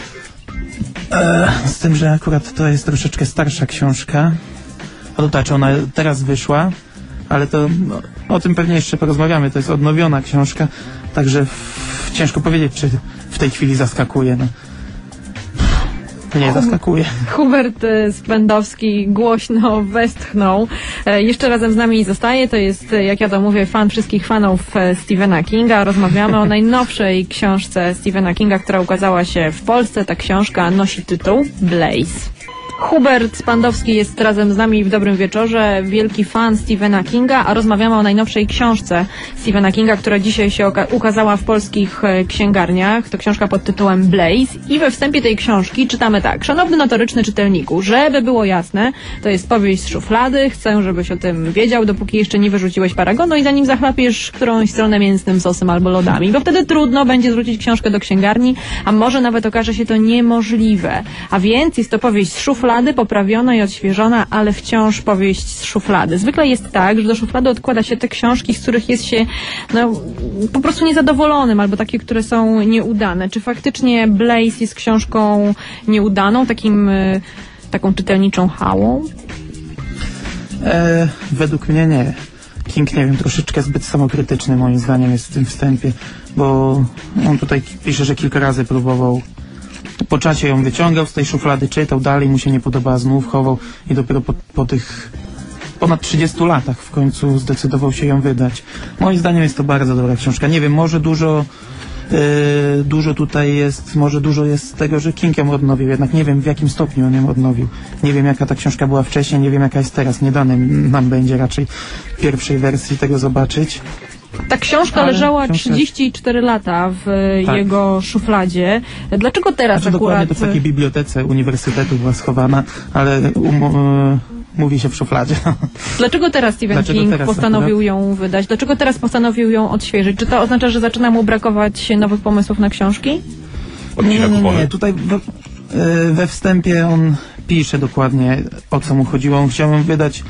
E, z tym, że akurat to jest troszeczkę starsza książka. O to znaczy, ona teraz wyszła, ale to no, o tym pewnie jeszcze porozmawiamy. To jest odnowiona książka, także w, ciężko powiedzieć, czy w tej chwili zaskakuje. No. Nie zaskakuje. Hubert Spandowski głośno westchnął. E, jeszcze razem z nami zostaje. To jest, jak ja to mówię, fan wszystkich fanów Stephena Kinga. Rozmawiamy o najnowszej książce Stephena Kinga, która ukazała się w Polsce. Ta książka nosi tytuł Blaze. Hubert Spandowski jest razem z nami w Dobrym Wieczorze, wielki fan Stephena Kinga, a rozmawiamy o najnowszej książce Stephena Kinga, która dzisiaj się ukazała w polskich księgarniach. To książka pod tytułem Blaze i we wstępie tej książki czytamy tak. Szanowny notoryczny czytelniku, żeby było jasne, to jest powieść z szuflady, chcę, żebyś o tym wiedział, dopóki jeszcze nie wyrzuciłeś paragonu i zanim zachlapiesz którąś stronę mięsnym sosem albo lodami, bo wtedy trudno będzie zwrócić książkę do księgarni, a może nawet okaże się to niemożliwe. A więc jest to powieść z szuflady, poprawiona i odświeżona, ale wciąż powieść z szuflady. Zwykle jest tak, że do szuflady odkłada się te książki, z których jest się no, po prostu niezadowolonym, albo takie, które są nieudane. Czy faktycznie Blaze jest książką nieudaną, takim, taką czytelniczą hałą? E, według mnie nie. King, nie wiem, troszeczkę zbyt samokrytyczny moim zdaniem jest w tym wstępie, bo on tutaj pisze, że kilka razy próbował. Po czasie ją wyciągał z tej szuflady, czytał dalej, mu się nie podobała, znów chował i dopiero po, po tych ponad trzydziestu latach w końcu zdecydował się ją wydać. Moim zdaniem jest to bardzo dobra książka. Nie wiem, może dużo yy, dużo tutaj jest, może dużo jest z tego, że King ją odnowił, jednak nie wiem w jakim stopniu on ją odnowił. Nie wiem jaka ta książka była wcześniej, nie wiem jaka jest teraz. Nie dane nam będzie raczej pierwszej wersji tego zobaczyć. Ta książka Ale leżała książka... trzydzieści cztery lata w tak. jego szufladzie. Dlaczego teraz znaczy, akurat... Dokładnie to w takiej bibliotece uniwersytetu była schowana, ale um, um, mówi się w szufladzie. Dlaczego teraz Stephen Dlaczego King teraz postanowił akurat? ją wydać? Dlaczego teraz postanowił ją odświeżyć? Czy to oznacza, że zaczyna mu brakować nowych pomysłów na książki? Nie, nie, nie, nie. Tutaj we, we wstępie on pisze dokładnie, o co mu chodziło. On chciał ją wydać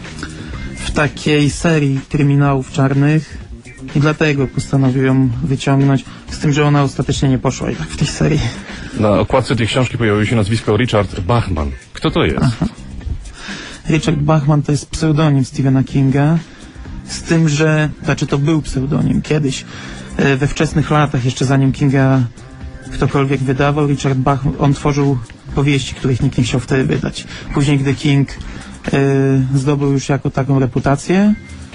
w takiej serii kryminałów czarnych i dlatego postanowił ją wyciągnąć, z tym, że ona ostatecznie nie poszła i tak w tej serii. Na okładce tej książki pojawiło się nazwisko Richard Bachman. Kto to jest? Aha. Richard Bachman to jest pseudonim Stephena Kinga, z tym, że, znaczy to był pseudonim kiedyś, we wczesnych latach, jeszcze zanim Kinga ktokolwiek wydawał, Richard Bachman, on tworzył powieści, których nikt nie chciał wtedy wydać. Później, gdy King y, zdobył już jako taką reputację,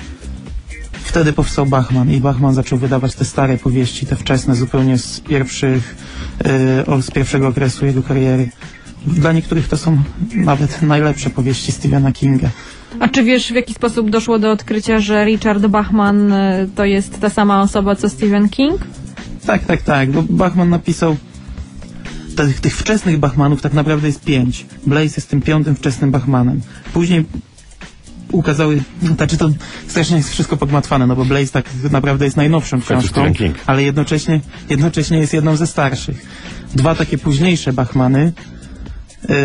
wtedy powstał Bachman i Bachman zaczął wydawać te stare powieści, te wczesne, zupełnie z pierwszych, y, z pierwszego okresu jego kariery. Dla niektórych to są nawet najlepsze powieści Stephena Kinga. A czy wiesz, w jaki sposób doszło do odkrycia, że Richard Bachman y, to jest ta sama osoba, co Stephen King? Tak, tak, tak, bo Bachman napisał tych, tych wczesnych Bachmanów tak naprawdę jest pięć. Blaze jest tym piątym wczesnym Bachmanem. Później ukazały, znaczy to strasznie jest wszystko pogmatwane, no bo Blaze tak naprawdę jest najnowszą książką, ale jednocześnie, jednocześnie jest jedną ze starszych. Dwa takie późniejsze Bachmany yy,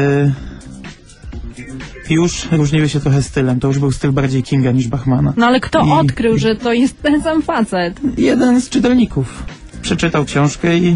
już różniły się trochę stylem. To już był styl bardziej Kinga niż Bachmana. No ale kto I odkrył, że to jest ten sam facet? jeden z czytelników przeczytał książkę i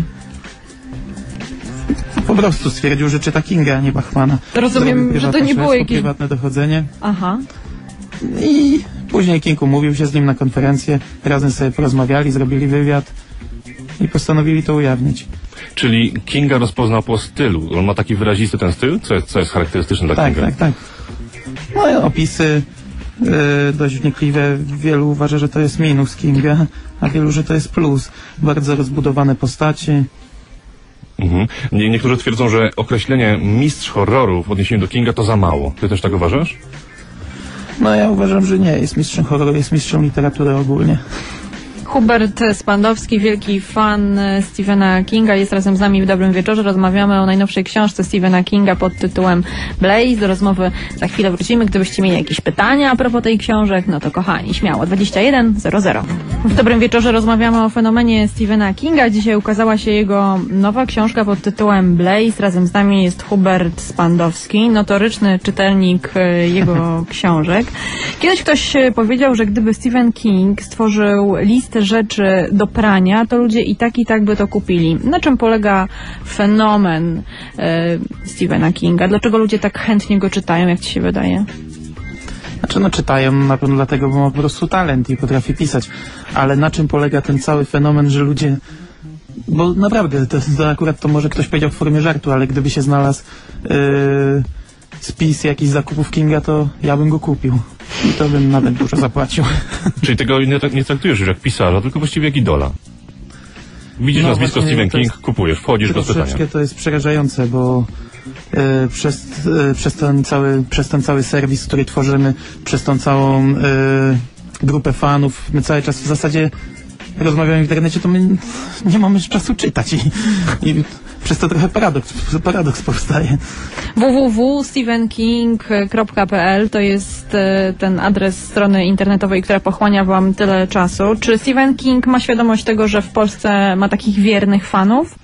po prostu stwierdził, że czyta Kinga, a nie Bachmana. Rozumiem, że to nie było jakieś... prywatne dochodzenie. Aha. I później King umówił się z nim na konferencję, razem sobie porozmawiali, zrobili wywiad i postanowili to ujawnić. Czyli Kinga rozpoznał po stylu. On ma taki wyrazisty ten styl? Co jest, co jest charakterystyczne dla tak, Kinga? Tak, tak, tak. No i opisy yy, dość wnikliwe. Wielu uważa, że to jest minus Kinga, a wielu, że to jest plus. Bardzo rozbudowane postacie. Mhm. Nie, niektórzy twierdzą, że określenie mistrz horroru w odniesieniu do Kinga to za mało. Ty też tak uważasz? No ja uważam, że nie. Jest mistrzem horroru, jest mistrzem literatury ogólnie. Hubert Spandowski, wielki fan Stephena Kinga, jest razem z nami w Dobrym Wieczorze. Rozmawiamy o najnowszej książce Stephena Kinga pod tytułem Blaze. Do rozmowy za chwilę wrócimy. Gdybyście mieli jakieś pytania a propos tej książek, no to kochani, śmiało, dwadzieścia jeden zero zero. W Dobrym Wieczorze rozmawiamy o fenomenie Stephena Kinga. Dzisiaj ukazała się jego nowa książka pod tytułem Blaze. Razem z nami jest Hubert Spandowski, notoryczny czytelnik jego książek. Kiedyś ktoś powiedział, że gdyby Stephen King stworzył listę rzeczy do prania, to ludzie i tak, i tak by to kupili. Na czym polega fenomen e, Stephena Kinga? Dlaczego ludzie tak chętnie go czytają, jak ci się wydaje? Znaczy, no czytają na pewno dlatego, bo ma po prostu talent i potrafi pisać. Ale na czym polega ten cały fenomen, że ludzie bo naprawdę, to, to akurat to może ktoś powiedział w formie żartu, ale gdyby się znalazł yy, spis jakichś zakupów Kinga, to ja bym go kupił. I to bym nawet dużo zapłacił. Czyli tego nie, nie traktujesz już jak pisarza, tylko właściwie jak idola. Widzisz no, nazwisko Stephen King, jest, kupujesz, wchodzisz bez pytania. Troszeczkę to jest przerażające, bo e, przez, e, przez, ten cały, przez ten cały serwis, który tworzymy, przez tą całą e, grupę fanów, my cały czas w zasadzie rozmawiamy w internecie, to my nie mamy już czasu czytać i, i przez to trochę paradoks, paradoks powstaje. w w w kropka stephen king kropka p l to jest e, ten adres strony internetowej, która pochłania wam tyle czasu. Czy Stephen King ma świadomość tego, że w Polsce ma takich wiernych fanów?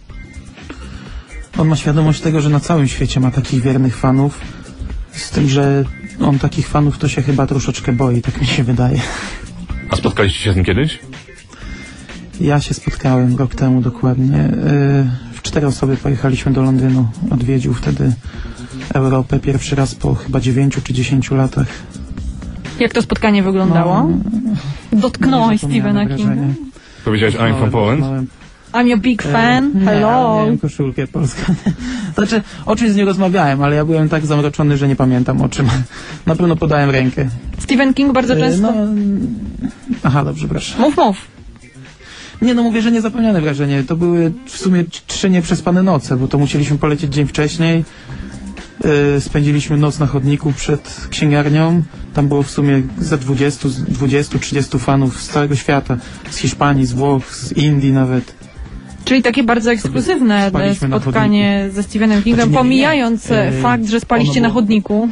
On ma świadomość tego, że na całym świecie ma takich wiernych fanów, z tym, że on takich fanów to się chyba troszeczkę boi, tak mi się wydaje. A spotkaliście się z nim kiedyś? Ja się spotkałem rok temu dokładnie. W cztery osoby pojechaliśmy do Londynu. Odwiedził wtedy Europę pierwszy raz po chyba dziewięciu czy dziesięciu latach. Jak to spotkanie wyglądało? No, Dotknąłeś Stephena Kinga? Powiedziałeś I'm from Poland? I'm your big fan. Nie, Hello. miałem koszulkę polską. Znaczy, o czymś z nim rozmawiałem, ale ja byłem tak zamroczony, że nie pamiętam o czym. Na pewno podałem rękę. Stephen King bardzo często... No, aha, dobrze, proszę. Mów, mów. Nie, no mówię, że niezapomniane wrażenie. To były w sumie trzy nieprzespane noce, bo to musieliśmy polecieć dzień wcześniej. Yy, spędziliśmy noc na chodniku przed księgarnią. Tam było w sumie ze dwudziestu trzydziestu fanów z całego świata. Z Hiszpanii, z Włoch, z Indii nawet. Czyli takie bardzo ekskluzywne spotkanie ze Stephenem Kingem, znaczy, pomijając nie, nie. fakt, że spaliście na chodniku.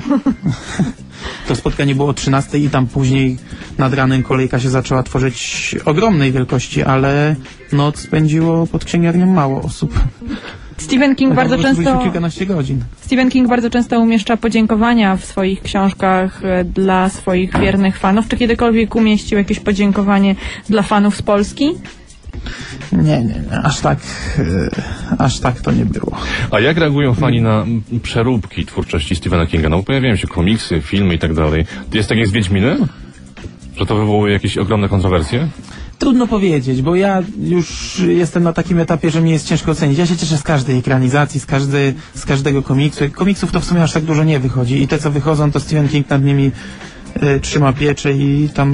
To spotkanie było o trzynastej i tam później nad ranem kolejka się zaczęła tworzyć ogromnej wielkości, ale noc spędziło pod księgarnią mało osób. Stephen King bardzo często kilkanaście godzin. Stephen King bardzo często umieszcza podziękowania w swoich książkach dla swoich wiernych fanów. Czy kiedykolwiek umieścił jakieś podziękowanie dla fanów z Polski? Nie, nie, nie. Aż tak, yy, aż tak to nie było. A jak reagują fani na przeróbki twórczości Stephena Kinga? No pojawiają się komiksy, filmy i tak dalej. Jest tak jak z Wiedźminem? Że to wywołuje jakieś ogromne kontrowersje? Trudno powiedzieć, bo ja już jestem na takim etapie, że mnie jest ciężko ocenić. Ja się cieszę z każdej ekranizacji, z, każdy, z każdego komiksu. Komiksów to w sumie aż tak dużo nie wychodzi i te co wychodzą, to Stephen King nad nimi y, trzyma pieczę i tam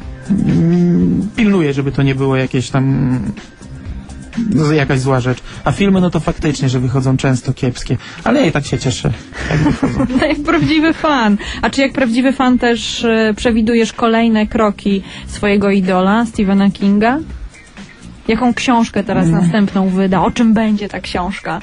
y, pilnuje, żeby to nie było jakieś tam y, jakaś zła rzecz. A filmy no to faktycznie, że wychodzą często kiepskie. Ale ja i tak się cieszę, jak wychodzą. No jak prawdziwy fan. A czy jak prawdziwy fan też y, przewidujesz kolejne kroki swojego idola, Stephena Kinga? Jaką książkę teraz nie. następną wyda? O czym będzie ta książka?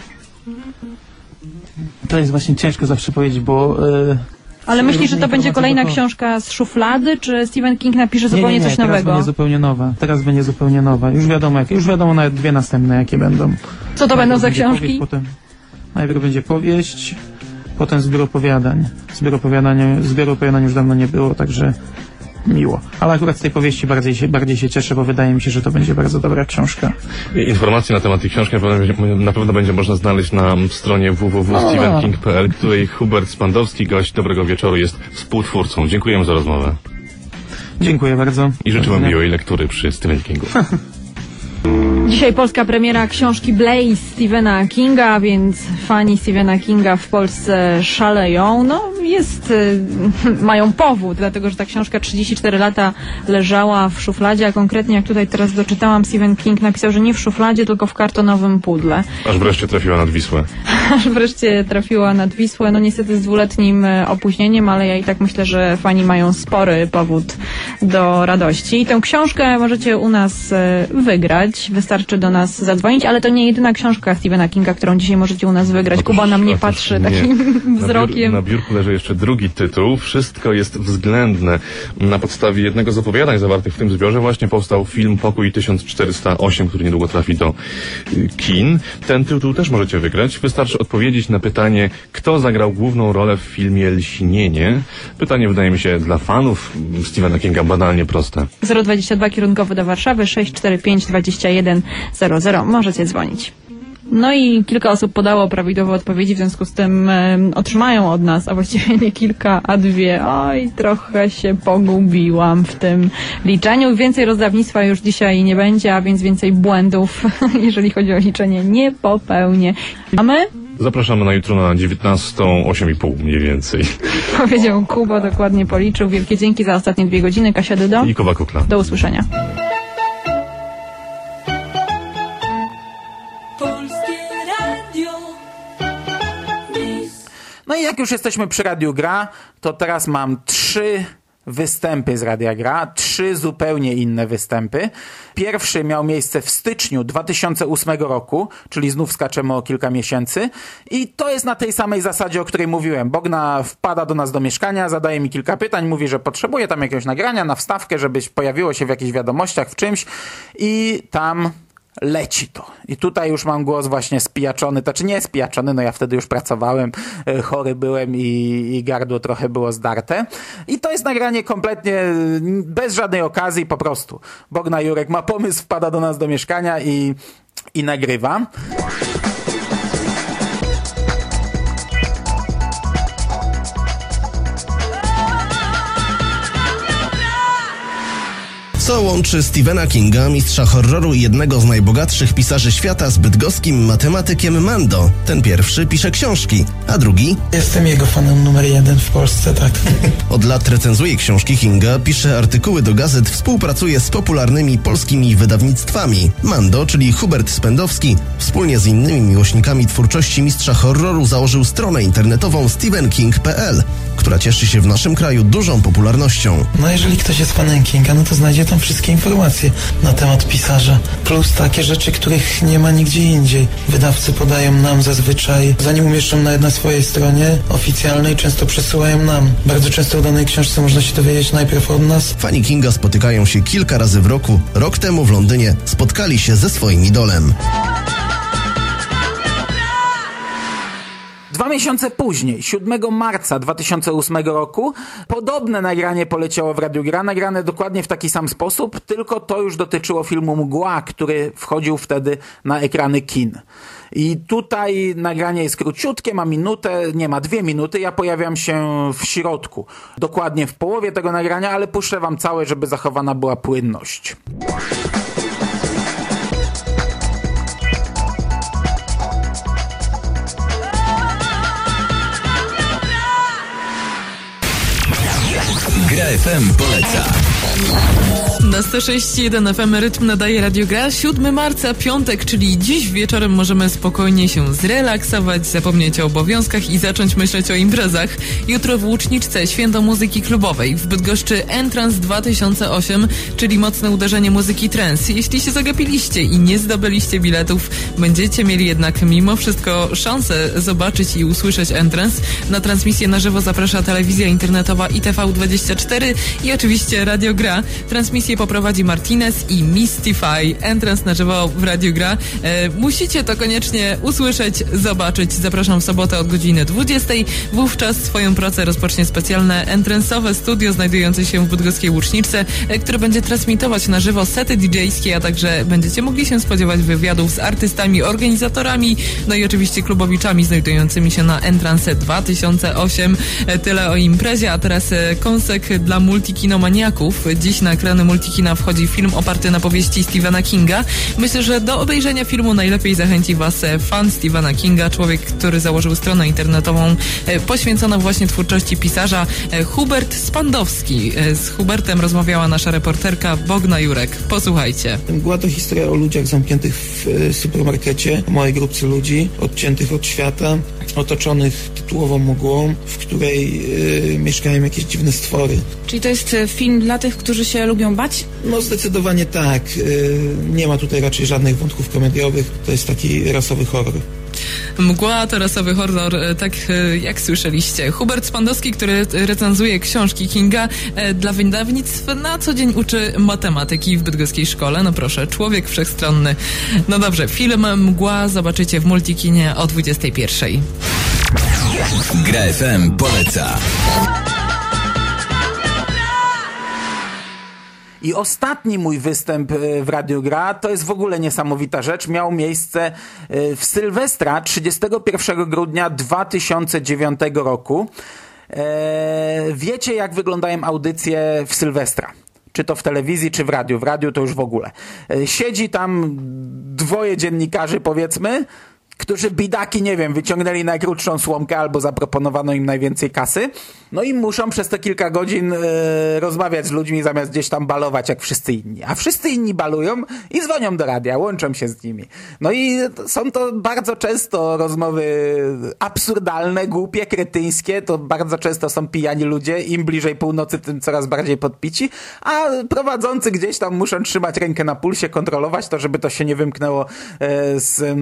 To jest właśnie ciężko zawsze powiedzieć, bo... Y, Ale myślisz, że to będzie kolejna to... książka z szuflady, czy Stephen King napisze zupełnie nie, nie, nie, coś teraz nowego? Teraz będzie zupełnie nowa. Teraz będzie zupełnie nowa. Już wiadomo, jak, już wiadomo nawet dwie następne, jakie będą. Co to najpierw będą za książki? Powieść, potem, najpierw będzie powieść, potem zbiór opowiadań. Zbiór opowiadań, zbiór opowiadań już dawno nie było, także miło. Ale akurat z tej powieści bardziej się, bardziej się cieszę, bo wydaje mi się, że to będzie bardzo dobra książka. Informacje na temat tej książki na pewno, na pewno będzie można znaleźć na stronie w w w kropka stephen king kropka p l, której Hubert Spandowski, gość Dobrego Wieczoru, jest współtwórcą. Dziękuję za rozmowę. Dziękuję bardzo. I życzę wam miłej lektury przy Stephen Kingu. Dzisiaj polska premiera książki Blaze Stephena Kinga, więc fani Stephena Kinga w Polsce szaleją. No jest, y, mają powód, dlatego że ta książka trzydzieści cztery lata leżała w szufladzie, a konkretnie jak tutaj teraz doczytałam, Stephen King napisał, że nie w szufladzie, tylko w kartonowym pudle. Aż wreszcie trafiła nad Wisłę. Aż wreszcie trafiła nad Wisłę, no niestety z dwuletnim opóźnieniem, ale ja i tak myślę, że fani mają spory powód do radości. I tę książkę możecie u nas wygrać. Wystarczy do nas zadzwonić, ale to nie jedyna książka Stephena Kinga, którą dzisiaj możecie u nas wygrać. Otóż, Kuba na mnie patrzy nie. takim wzrokiem. Na, biur, na biurku leży jeszcze drugi tytuł. Wszystko jest względne. Na podstawie jednego z opowiadań zawartych w tym zbiorze właśnie powstał film Pokój tysiąc czterysta osiem, który niedługo trafi do kin. Ten tytuł też możecie wygrać. Wystarczy odpowiedzieć na pytanie, kto zagrał główną rolę w filmie Lśnienie. Pytanie wydaje mi się dla fanów Stephena Kinga banalnie proste. zero dwadzieścia dwa kierunkowy do Warszawy, sześć cztery pięć dwadzieścia jeden zero zero. Możecie dzwonić. No i kilka osób podało prawidłowe odpowiedzi, w związku z tym e, otrzymają od nas, a właściwie nie kilka, a dwie. Oj, trochę się pogubiłam w tym liczeniu. Więcej rozdawnictwa już dzisiaj nie będzie, a więc więcej błędów, jeżeli chodzi o liczenie, nie popełnię. A my? Zapraszamy na jutro na dziewiętnastą, osiem i pół mniej więcej. Powiedział Kuba, dokładnie policzył. Wielkie dzięki za ostatnie dwie godziny. Kasia Dydo. I Kuba Kukla. Do usłyszenia. No i jak już jesteśmy przy Radiu Gra, to teraz mam trzy występy z Radia Gra, trzy zupełnie inne występy. Pierwszy miał miejsce w styczniu dwa tysiące ósmego roku, czyli znów skaczemy o kilka miesięcy i to jest na tej samej zasadzie, o której mówiłem. Bogna wpada do nas do mieszkania, zadaje mi kilka pytań, mówi, że potrzebuje tam jakiegoś nagrania na wstawkę, żeby pojawiło się w jakichś wiadomościach, w czymś i tam leci to. I tutaj już mam głos właśnie spijaczony, to czy nie spijaczony, no ja wtedy już pracowałem, chory byłem i, i gardło trochę było zdarte. I to jest nagranie kompletnie bez żadnej okazji, po prostu. Bogna Jurek ma pomysł, wpada do nas do mieszkania i, i nagrywa. Co łączy Stephena Kinga, mistrza horroru i jednego z najbogatszych pisarzy świata, z bydgoskim matematykiem Mando? Ten pierwszy pisze książki, a drugi... Jestem jego fanem numer jeden w Polsce, tak. Od lat recenzuje książki Kinga, pisze artykuły do gazet, współpracuje z popularnymi polskimi wydawnictwami. Mando, czyli Hubert Spendowski, wspólnie z innymi miłośnikami twórczości mistrza horroru założył stronę internetową stephen king kropka p l, która cieszy się w naszym kraju dużą popularnością. No jeżeli ktoś jest fanem Kinga, no to znajdzie tam wszystkie informacje na temat pisarza. Plus takie rzeczy, których nie ma nigdzie indziej. Wydawcy podają nam zazwyczaj, zanim umieszczą nawet na swojej stronie oficjalnej, często przesyłają nam. Bardzo często o danej książce można się dowiedzieć najpierw od nas. Fani Kinga spotykają się kilka razy w roku. Rok temu w Londynie spotkali się ze swoim idolem. Dwa miesiące później, siódmego marca dwa tysiące ósmego roku, podobne nagranie poleciało w Radiu Gra, nagrane dokładnie w taki sam sposób, tylko to już dotyczyło filmu Mgła, który wchodził wtedy na ekrany kin. I tutaj nagranie jest króciutkie, ma minutę, nie ma dwie minuty, ja pojawiam się w środku, dokładnie w połowie tego nagrania, ale puszczę wam całe, żeby zachowana była płynność. Gra F M poleca. Na sto sześć przecinek jeden F M rytm nadaje Radio Gra. siódmego marca, piątek, czyli dziś wieczorem możemy spokojnie się zrelaksować, zapomnieć o obowiązkach i zacząć myśleć o imprezach. Jutro w Łuczniczce święto muzyki klubowej. W Bydgoszczy Entrance dwa tysiące osiem, czyli mocne uderzenie muzyki trance. Jeśli się zagapiliście i nie zdobyliście biletów, będziecie mieli jednak mimo wszystko szansę zobaczyć i usłyszeć Entrance. Na transmisję na żywo zaprasza telewizja internetowa I T V dwadzieścia cztery i oczywiście Radio Gra. Transmisję poprowadzi Martinez i Mystify. Entrance na żywo w Radiu Gra. E, musicie to koniecznie usłyszeć, zobaczyć. Zapraszam w sobotę od godziny dwudziestej. Wówczas swoją pracę rozpocznie specjalne entrance'owe studio znajdujące się w bydgoskiej Łuczniczce, e, które będzie transmitować na żywo sety didżejskie, a także będziecie mogli się spodziewać wywiadów z artystami, organizatorami, no i oczywiście klubowiczami znajdującymi się na Entrance dwa tysiące osiem. E, tyle o imprezie, a teraz e, kąsek dla multikinomaniaków. Dziś na ekrany Multikina wchodzi film oparty na powieści Stephena Kinga. Myślę, że do obejrzenia filmu najlepiej zachęci was fan Stephena Kinga, człowiek, który założył stronę internetową poświęconą właśnie twórczości pisarza, Hubert Spandowski. Z Hubertem rozmawiała nasza reporterka Bogna Jurek. Posłuchajcie. Była to historia o ludziach zamkniętych w supermarkecie, o małej grupce ludzi, odciętych od świata, otoczonych tytułową mgłą, w której y, mieszkają jakieś dziwne stwory. Czyli to jest film dla tych, którzy się lubią bać? No zdecydowanie tak. Y, nie ma tutaj raczej żadnych wątków komediowych. To jest taki rasowy horror. Mgła to rasowy horror, tak jak słyszeliście. Hubert Spandowski, który recenzuje książki Kinga, dla wydawnictw na co dzień uczy matematyki w bydgoskiej szkole. No proszę, człowiek wszechstronny. No dobrze, film Mgła zobaczycie w Multikinie o dwudziestej pierwszej. Gra F M poleca. I ostatni mój występ w Radiu Gra to jest w ogóle niesamowita rzecz. Miał miejsce w Sylwestra trzydziestego pierwszego grudnia dwa tysiące dziewiątego roku. Wiecie, jak wyglądają audycje w Sylwestra? Czy to w telewizji, czy w radiu. W radiu to już w ogóle. Siedzi tam dwoje dziennikarzy, powiedzmy, którzy bidaki, nie wiem, wyciągnęli najkrótszą słomkę albo zaproponowano im najwięcej kasy. No i muszą przez te kilka godzin e, rozmawiać z ludźmi zamiast gdzieś tam balować jak wszyscy inni. A wszyscy inni balują i dzwonią do radia, łączą się z nimi. No i są to bardzo często rozmowy absurdalne, głupie, kretyńskie. To bardzo często są pijani ludzie. Im bliżej północy, tym coraz bardziej podpici. A prowadzący gdzieś tam muszą trzymać rękę na pulsie, kontrolować to, żeby to się nie wymknęło e, z...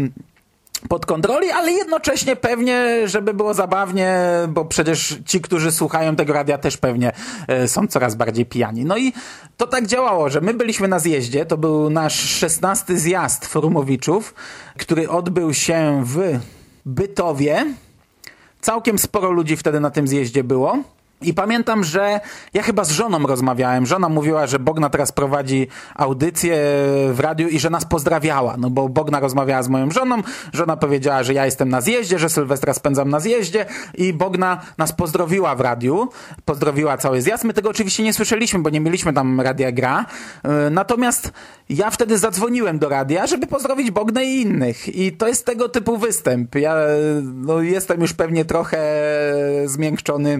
pod kontroli, ale jednocześnie pewnie, żeby było zabawnie, bo przecież ci, którzy słuchają tego radia, też pewnie y, są coraz bardziej pijani. No i to tak działało, że my byliśmy na zjeździe, to był nasz szesnasty zjazd Forumowiczów, który odbył się w Bytowie. Całkiem sporo ludzi wtedy na tym zjeździe było. I pamiętam, że ja chyba z żoną rozmawiałem. Żona mówiła, że Bogna teraz prowadzi audycję w radiu i że nas pozdrawiała. No bo Bogna rozmawiała z moją żoną. Żona powiedziała, że ja jestem na zjeździe, że Sylwestra spędzam na zjeździe i Bogna nas pozdrowiła w radiu. Pozdrowiła cały zjazd. My tego oczywiście nie słyszeliśmy, bo nie mieliśmy tam Radia Gra. Natomiast ja wtedy zadzwoniłem do radia, żeby pozdrowić Bognę i innych. I to jest tego typu występ. Ja no, jestem już pewnie trochę zmiękczony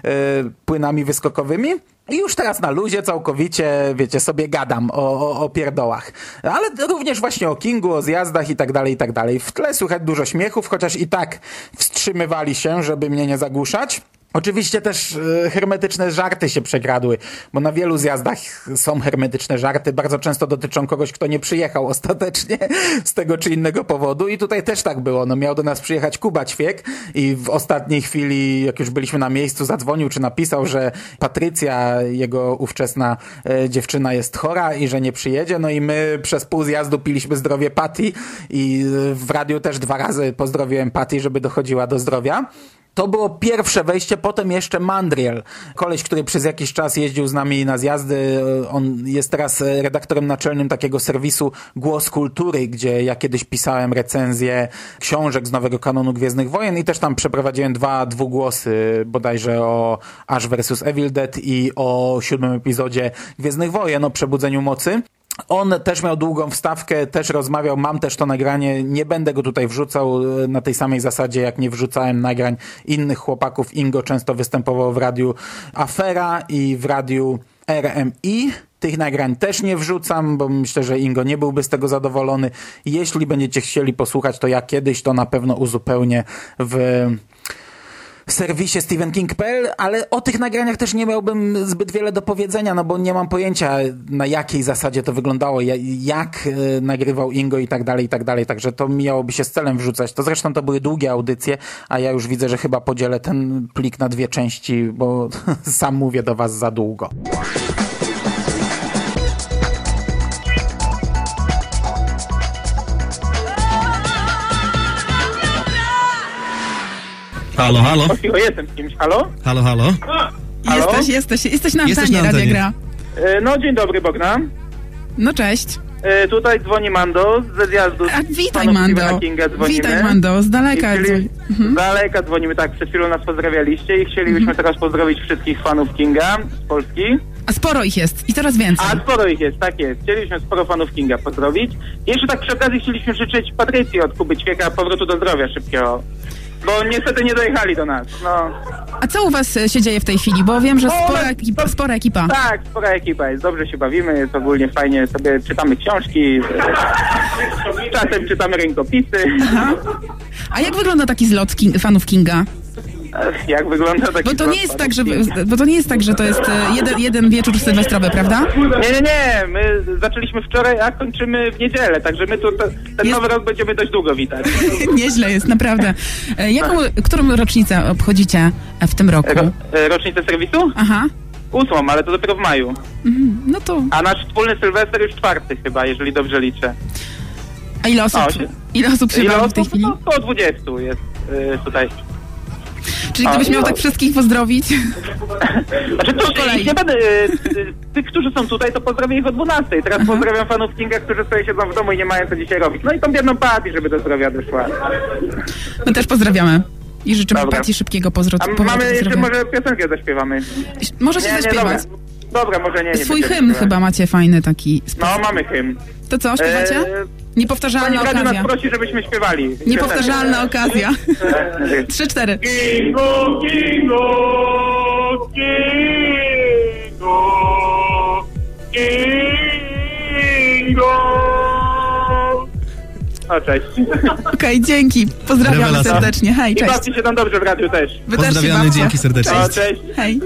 płynami wyskokowymi i już teraz na luzie całkowicie, wiecie, sobie gadam o, o, o pierdołach. Ale również właśnie o Kingu, o zjazdach i tak dalej, i tak dalej. W tle słychać dużo śmiechów, chociaż i tak wstrzymywali się, żeby mnie nie zagłuszać. Oczywiście też e, hermetyczne żarty się przekradły, bo na wielu zjazdach są hermetyczne żarty, bardzo często dotyczą kogoś, kto nie przyjechał ostatecznie z tego czy innego powodu i tutaj też tak było. No miał do nas przyjechać Kuba Ćwiek i w ostatniej chwili, jak już byliśmy na miejscu, zadzwonił czy napisał, że Patrycja, jego ówczesna e, dziewczyna jest chora i że nie przyjedzie, no i my przez pół zjazdu piliśmy zdrowie Pati i w radiu też dwa razy pozdrowiłem Pati, żeby dochodziła do zdrowia. To było pierwsze wejście, potem jeszcze Mandriel. Koleś, który przez jakiś czas jeździł z nami na zjazdy, on jest teraz redaktorem naczelnym takiego serwisu Głos Kultury, gdzie ja kiedyś pisałem recenzję książek z nowego kanonu Gwiezdnych Wojen i też tam przeprowadziłem dwa dwugłosy, bodajże o Ash versus Evil Dead i o siódmym epizodzie Gwiezdnych Wojen, o Przebudzeniu Mocy. On też miał długą wstawkę, też rozmawiał, mam też to nagranie, nie będę go tutaj wrzucał na tej samej zasadzie, jak nie wrzucałem nagrań innych chłopaków. Ingo często występował w radiu Afera i w radiu R M I. Tych nagrań też nie wrzucam, bo myślę, że Ingo nie byłby z tego zadowolony. Jeśli będziecie chcieli posłuchać, to ja kiedyś to na pewno uzupełnię w serwisie Stephen King kropka p l, ale o tych nagraniach też nie miałbym zbyt wiele do powiedzenia, no bo nie mam pojęcia, na jakiej zasadzie to wyglądało, jak y, nagrywał Ingo i tak dalej, i tak dalej, także to miałoby się z celem wrzucać. To zresztą to były długie audycje, a ja już widzę, że chyba podzielę ten plik na dwie części, bo sam mówię do was za długo. Halo, halo. O, jestem z kimś, halo? Halo, halo. Halo? Jesteś, jesteś, jesteś na Jesteś antenie na Radia antenie. Gra. E, no, dzień dobry, Bogna. No cześć. E, tutaj dzwoni Mando ze zjazdu. A, witaj, panów Mando. Stephena Kinga dzwonimy. Witaj, Mando, z daleka. I chcieli, Mhm. Z daleka dzwonimy, tak, przed chwilą nas pozdrawialiście i chcielibyśmy Mhm. teraz pozdrowić wszystkich fanów Kinga z Polski. A sporo ich jest i coraz więcej. A sporo ich jest, tak jest. Chcielibyśmy sporo fanów Kinga pozdrowić. I jeszcze tak przy okazji chcieliśmy życzyć Patrycji od Kuby Ćwieka powrotu do zdrowia szybkiego. Bo niestety nie dojechali do nas, no. A co u was e, się dzieje w tej chwili? Bo wiem, że O, spora, no, ekipa, to- spora ekipa. Tak, spora ekipa jest, dobrze się bawimy, jest ogólnie fajnie, sobie czytamy książki, czasem czytamy rękopisy. Aha. A jak wygląda taki zlot King, fanów Kinga? Jak wygląda taki Bo to zlot nie jest fanów tak, że Kinga? bo to nie jest tak, że to jest e, jeden, jeden wieczór sylwestrowy, prawda? Nie, nie, nie, my zaczęliśmy wczoraj, a kończymy w niedzielę, także my tu te, ten nowy rok będziemy dość długo witać. Nieźle jest, naprawdę. E, Jaką, którą rocznicę obchodzicie w tym roku? Ro, e, rocznicę serwisu? Aha. Ósmą, ale to dopiero w maju. Mhm, no to... A nasz wspólny Sylwester już czwarty chyba, jeżeli dobrze liczę. A ile osób, O, się- ile osób się Ile bawi w tej osób? chwili? No, około dwudziestu jest y, tutaj. Czyli gdybyś A, miał no. tak wszystkich pozdrowić? Znaczy to nie będę, y, y, tych, którzy są tutaj, to pozdrowię ich o dwunastej. Teraz Aha. pozdrawiam fanów Kinga, którzy sobie siedzą w domu i nie mają co dzisiaj robić. No i tą biedną Patty, żeby do zdrowia doszła. My też pozdrawiamy. I życzymy Dobra. Patty szybkiego powrotu. A mamy jeszcze może piosenkę zaśpiewamy. Możecie nie, nie, zaśpiewać. Dobra. dobra, może nie. nie Swój hymn chyba macie fajny taki. No, mamy hymn. To co, śpiewacie? Eee, Niepowtarzalna Pani okazja. nas prosi, żebyśmy śpiewali. Niepowtarzalna okazja. Trzy, cztery. Kingo, Kingo, Kingo, Kingo. O, cześć. Okej, okay, dzięki. Pozdrawiamy Rewelacja. serdecznie. Hej, cześć. I bawcie się tam dobrze w radiu też. Wy Pozdrawiamy, też się dzięki serdecznie. O, cześć. Hej.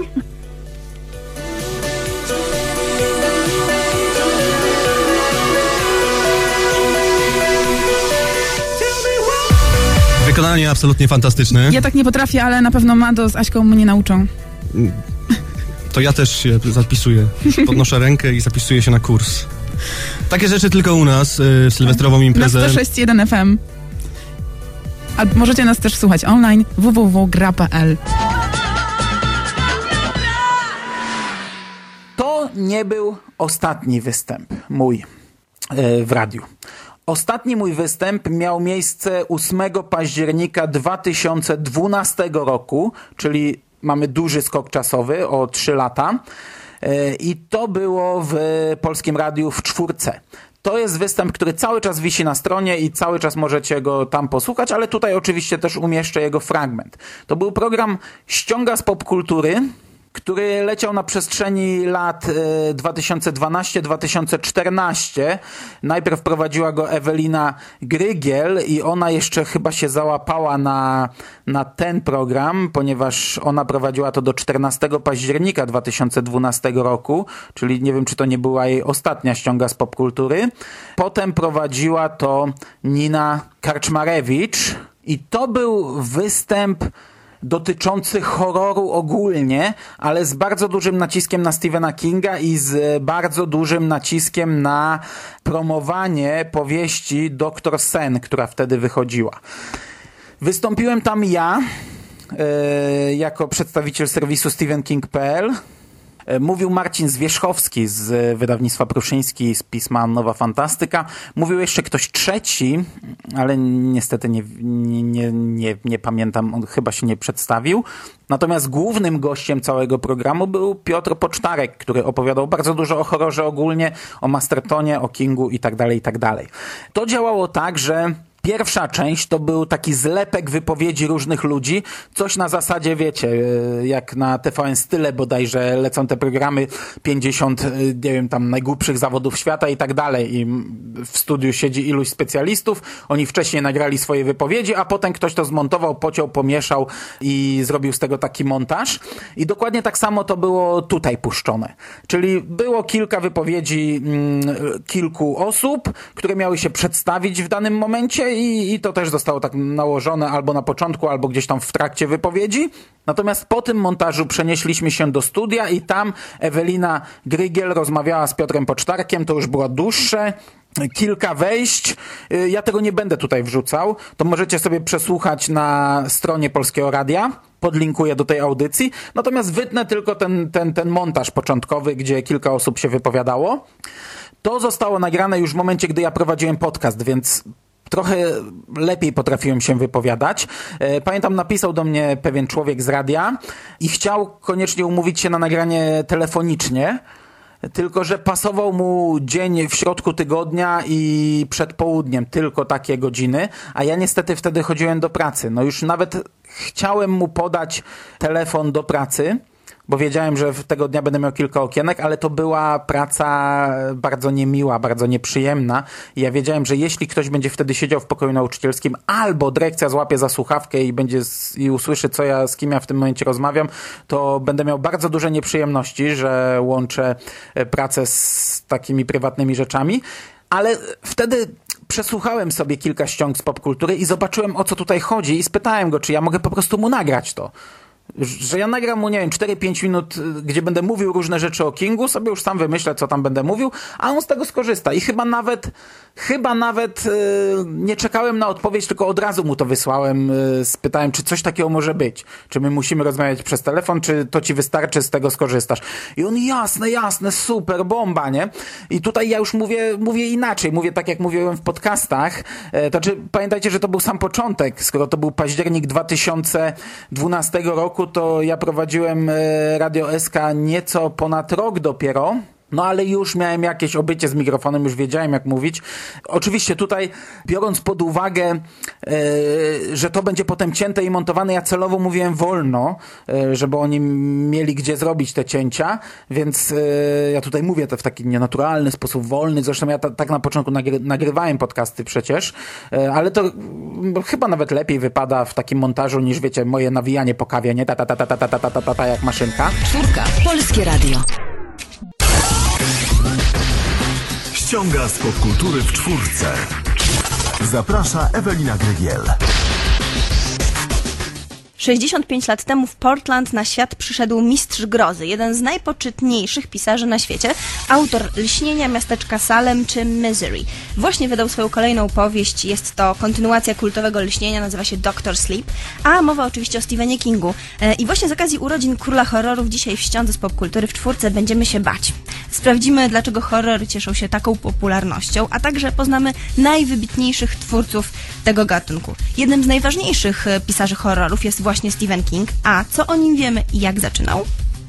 Wykonanie absolutnie fantastyczne. Ja tak nie potrafię, ale na pewno Mado z Aśką mnie nauczą. To ja też się zapisuję. Podnoszę rękę i zapisuję się na kurs. Takie rzeczy tylko u nas, y, w sylwestrową imprezę. Na sto sześć jeden F M. A możecie nas też słuchać online w w w kropka gra kropka p l. To nie był ostatni występ mój yy, w radiu. Ostatni mój występ miał miejsce ósmego października dwa tysiące dwunastego roku, czyli mamy duży skok czasowy o trzy lata. I to było w Polskim Radiu w czwórce. To jest występ, który cały czas wisi na stronie i cały czas możecie go tam posłuchać, ale tutaj oczywiście też umieszczę jego fragment. To był program Ściąga z popkultury, który leciał na przestrzeni lat dwa tysiące dwunastego do dwa tysiące czternastego. Najpierw prowadziła go Ewelina Grygiel i ona jeszcze chyba się załapała na, na ten program, ponieważ ona prowadziła to do czternastego października dwa tysiące dwunastego roku, czyli nie wiem, czy to nie była jej ostatnia Ściąga z popkultury. Potem prowadziła to Nina Karczmarewicz i to był występ dotyczący horroru ogólnie, ale z bardzo dużym naciskiem na Stephena Kinga i z bardzo dużym naciskiem na promowanie powieści doktor Sen, która wtedy wychodziła. Wystąpiłem tam ja yy, jako przedstawiciel serwisu Stephen King kropka p l. Mówił Marcin Zwierzchowski z wydawnictwa Pruszyński z pisma Nowa Fantastyka. Mówił jeszcze ktoś trzeci, ale niestety nie, nie, nie, nie, nie pamiętam, on chyba się nie przedstawił. Natomiast głównym gościem całego programu był Piotr Pocztarek, który opowiadał bardzo dużo o horrorze ogólnie, o Mastertonie, o Kingu i tak dalej, i tak dalej. To działało tak, że pierwsza część to był taki zlepek wypowiedzi różnych ludzi, coś na zasadzie, wiecie, jak na T V N Style bodajże lecą te programy, pięćdziesiąt, nie wiem, tam najgłupszych zawodów świata i tak dalej i w studiu siedzi iluś specjalistów, oni wcześniej nagrali swoje wypowiedzi, a potem ktoś to zmontował, pociął, pomieszał i zrobił z tego taki montaż i dokładnie tak samo to było tutaj puszczone, czyli było kilka wypowiedzi mm, kilku osób, które miały się przedstawić w danym momencie I, i to też zostało tak nałożone albo na początku, albo gdzieś tam w trakcie wypowiedzi. Natomiast po tym montażu przenieśliśmy się do studia i tam Ewelina Grygiel rozmawiała z Piotrem Pocztarkiem, to już było dłuższe, kilka wejść. Ja tego nie będę tutaj wrzucał, to możecie sobie przesłuchać na stronie Polskiego Radia. Podlinkuję do tej audycji. Natomiast wytnę tylko ten, ten, ten montaż początkowy, gdzie kilka osób się wypowiadało. To zostało nagrane już w momencie, gdy ja prowadziłem podcast, więc trochę lepiej potrafiłem się wypowiadać. Pamiętam, napisał do mnie pewien człowiek z radia i chciał koniecznie umówić się na nagranie telefonicznie, tylko że pasował mu dzień w środku tygodnia i przed południem, tylko takie godziny, a ja niestety wtedy chodziłem do pracy. No już nawet chciałem mu podać telefon do pracy, bo wiedziałem, że tego dnia będę miał kilka okienek, ale to była praca bardzo niemiła, bardzo nieprzyjemna i ja wiedziałem, że jeśli ktoś będzie wtedy siedział w pokoju nauczycielskim albo dyrekcja złapie za słuchawkę i będzie z, i usłyszy, co ja, z kim ja w tym momencie rozmawiam, to będę miał bardzo duże nieprzyjemności, że łączę pracę z takimi prywatnymi rzeczami, ale wtedy przesłuchałem sobie kilka ściąg z popkultury i zobaczyłem, o co tutaj chodzi i spytałem go, czy ja mogę po prostu mu nagrać to. że ja nagram mu, nie wiem, cztery pięć minut, gdzie będę mówił różne rzeczy o Kingu, sobie już sam wymyślę, co tam będę mówił, a on z tego skorzysta. I chyba nawet, chyba nawet yy, nie czekałem na odpowiedź, tylko od razu mu to wysłałem, yy, spytałem, czy coś takiego może być. Czy my musimy rozmawiać przez telefon, czy to ci wystarczy, z tego skorzystasz. I on, jasne, jasne, super, bomba, nie? I tutaj ja już mówię, mówię inaczej, mówię tak, jak mówiłem w podcastach. Yy, to czy pamiętajcie, że to był sam początek, skoro to był październik dwa tysiące dwunastego roku, to ja prowadziłem Radio S K nieco ponad rok dopiero. No ale już miałem jakieś obycie z mikrofonem, już wiedziałem jak mówić. Oczywiście tutaj, biorąc pod uwagę, yy, że to będzie potem cięte i montowane, ja celowo mówiłem wolno, yy, żeby oni mieli gdzie zrobić te cięcia, więc yy, ja tutaj mówię to w taki nienaturalny sposób, wolny. Zresztą ja ta, tak na początku nagry, nagrywałem podcasty przecież, yy, ale to yy, chyba nawet lepiej wypada w takim montażu niż, wiecie, moje nawijanie po kawie, nie? Ta, ta, ta, ta, ta, ta, ta, ta, ta, ta, jak maszynka. Czwórka. Polskie Radio. Ściąga z popkultury w czwórce. Zaprasza Ewelina Grygiel. sześćdziesiąt pięć lat temu w Portland na świat przyszedł mistrz grozy, jeden z najpoczytniejszych pisarzy na świecie, autor Lśnienia, Miasteczka Salem czy Misery. Właśnie wydał swoją kolejną powieść, jest to kontynuacja kultowego Lśnienia, nazywa się Doctor Sleep, a mowa oczywiście o Stephenie Kingu. I właśnie z okazji urodzin króla horrorów dzisiaj w ściądze z popkultury w czwórce będziemy się bać. Sprawdzimy, dlaczego horrory cieszą się taką popularnością, a także poznamy najwybitniejszych twórców tego gatunku. Jednym z najważniejszych pisarzy horrorów jest właśnie Stephen King, a co o nim wiemy i jak zaczynał?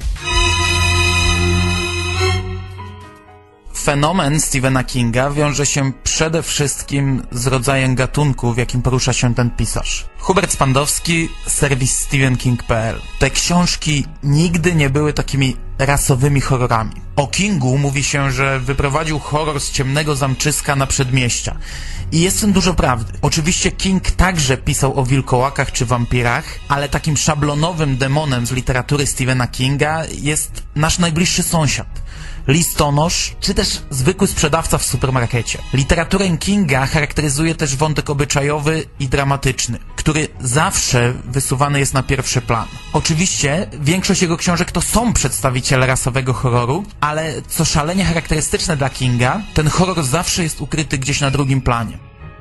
Fenomen Stephena Kinga wiąże się przede wszystkim z rodzajem gatunku, w jakim porusza się ten pisarz. Hubert Spandowski, serwis stephen king kropka p l. Te książki nigdy nie były takimi rasowymi horrorami. O Kingu mówi się, że wyprowadził horror z ciemnego zamczyska na przedmieścia. I jest w tym dużo prawdy. Oczywiście King także pisał o wilkołakach czy wampirach, ale takim szablonowym demonem z literatury Stephena Kinga jest nasz najbliższy sąsiad. Listonosz, czy też zwykły sprzedawca w supermarkecie. Literaturę Kinga charakteryzuje też wątek obyczajowy i dramatyczny, który zawsze wysuwany jest na pierwszy plan. Oczywiście większość jego książek to są przedstawiciele rasowego horroru, ale co szalenie charakterystyczne dla Kinga, ten horror zawsze jest ukryty gdzieś na drugim planie.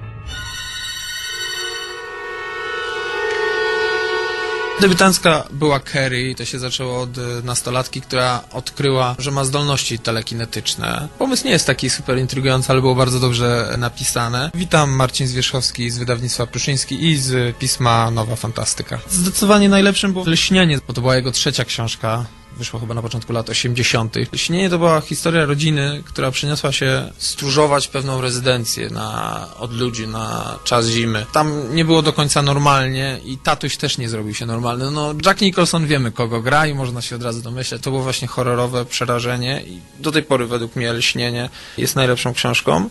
Debiutancka była Carrie, to się zaczęło od nastolatki, która odkryła, że ma zdolności telekinetyczne. Pomysł nie jest taki super intrygujący, ale było bardzo dobrze napisane. Witam, Marcin Zwierzchowski z wydawnictwa Pruszyński i z pisma Nowa Fantastyka. Zdecydowanie najlepszym było Lśnienie, bo to była jego trzecia książka. Wyszło chyba na początku lat osiemdziesiątych. Lśnienie to była historia rodziny, która przyniosła się stróżować pewną rezydencję na, od ludzi na czas zimy. Tam nie było do końca normalnie i tatuś też nie zrobił się normalny. No, Jack Nicholson wiemy, kogo gra i można się od razu domyśleć. To było właśnie horrorowe przerażenie i do tej pory według mnie Lśnienie jest najlepszą książką.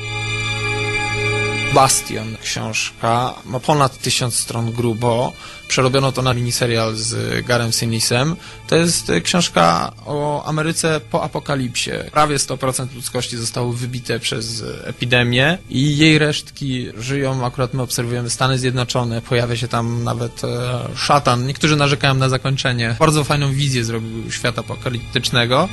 Bastion, książka, ma ponad tysiąc stron grubo, przerobiono to na miniserial z Garem Sinisem. To jest książka o Ameryce po apokalipsie. Prawie sto procent ludzkości zostało wybite przez epidemię i jej resztki żyją, akurat my obserwujemy Stany Zjednoczone, pojawia się tam nawet e, szatan. Niektórzy narzekają na zakończenie. Bardzo fajną wizję zrobił świata apokaliptycznego.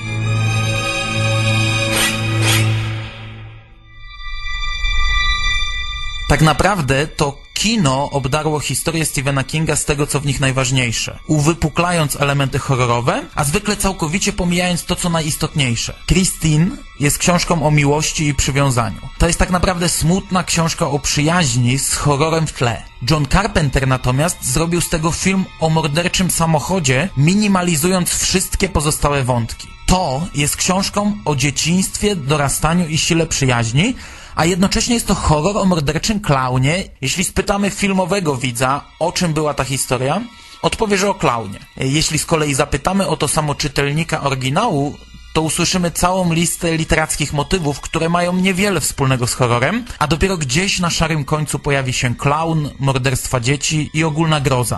Tak naprawdę to kino obdarło historię Stephena Kinga z tego, co w nich najważniejsze, uwypuklając elementy horrorowe, a zwykle całkowicie pomijając to, co najistotniejsze. Christine jest książką o miłości i przywiązaniu. To jest tak naprawdę smutna książka o przyjaźni z horrorem w tle. John Carpenter natomiast zrobił z tego film o morderczym samochodzie, minimalizując wszystkie pozostałe wątki. To jest książką o dzieciństwie, dorastaniu i sile przyjaźni, a jednocześnie jest to horror o morderczym klaunie. Jeśli spytamy filmowego widza, o czym była ta historia, odpowie, że o klaunie. Jeśli z kolei zapytamy o to samo czytelnika oryginału, to usłyszymy całą listę literackich motywów, które mają niewiele wspólnego z horrorem, a dopiero gdzieś na szarym końcu pojawi się klaun, morderstwa dzieci i ogólna groza.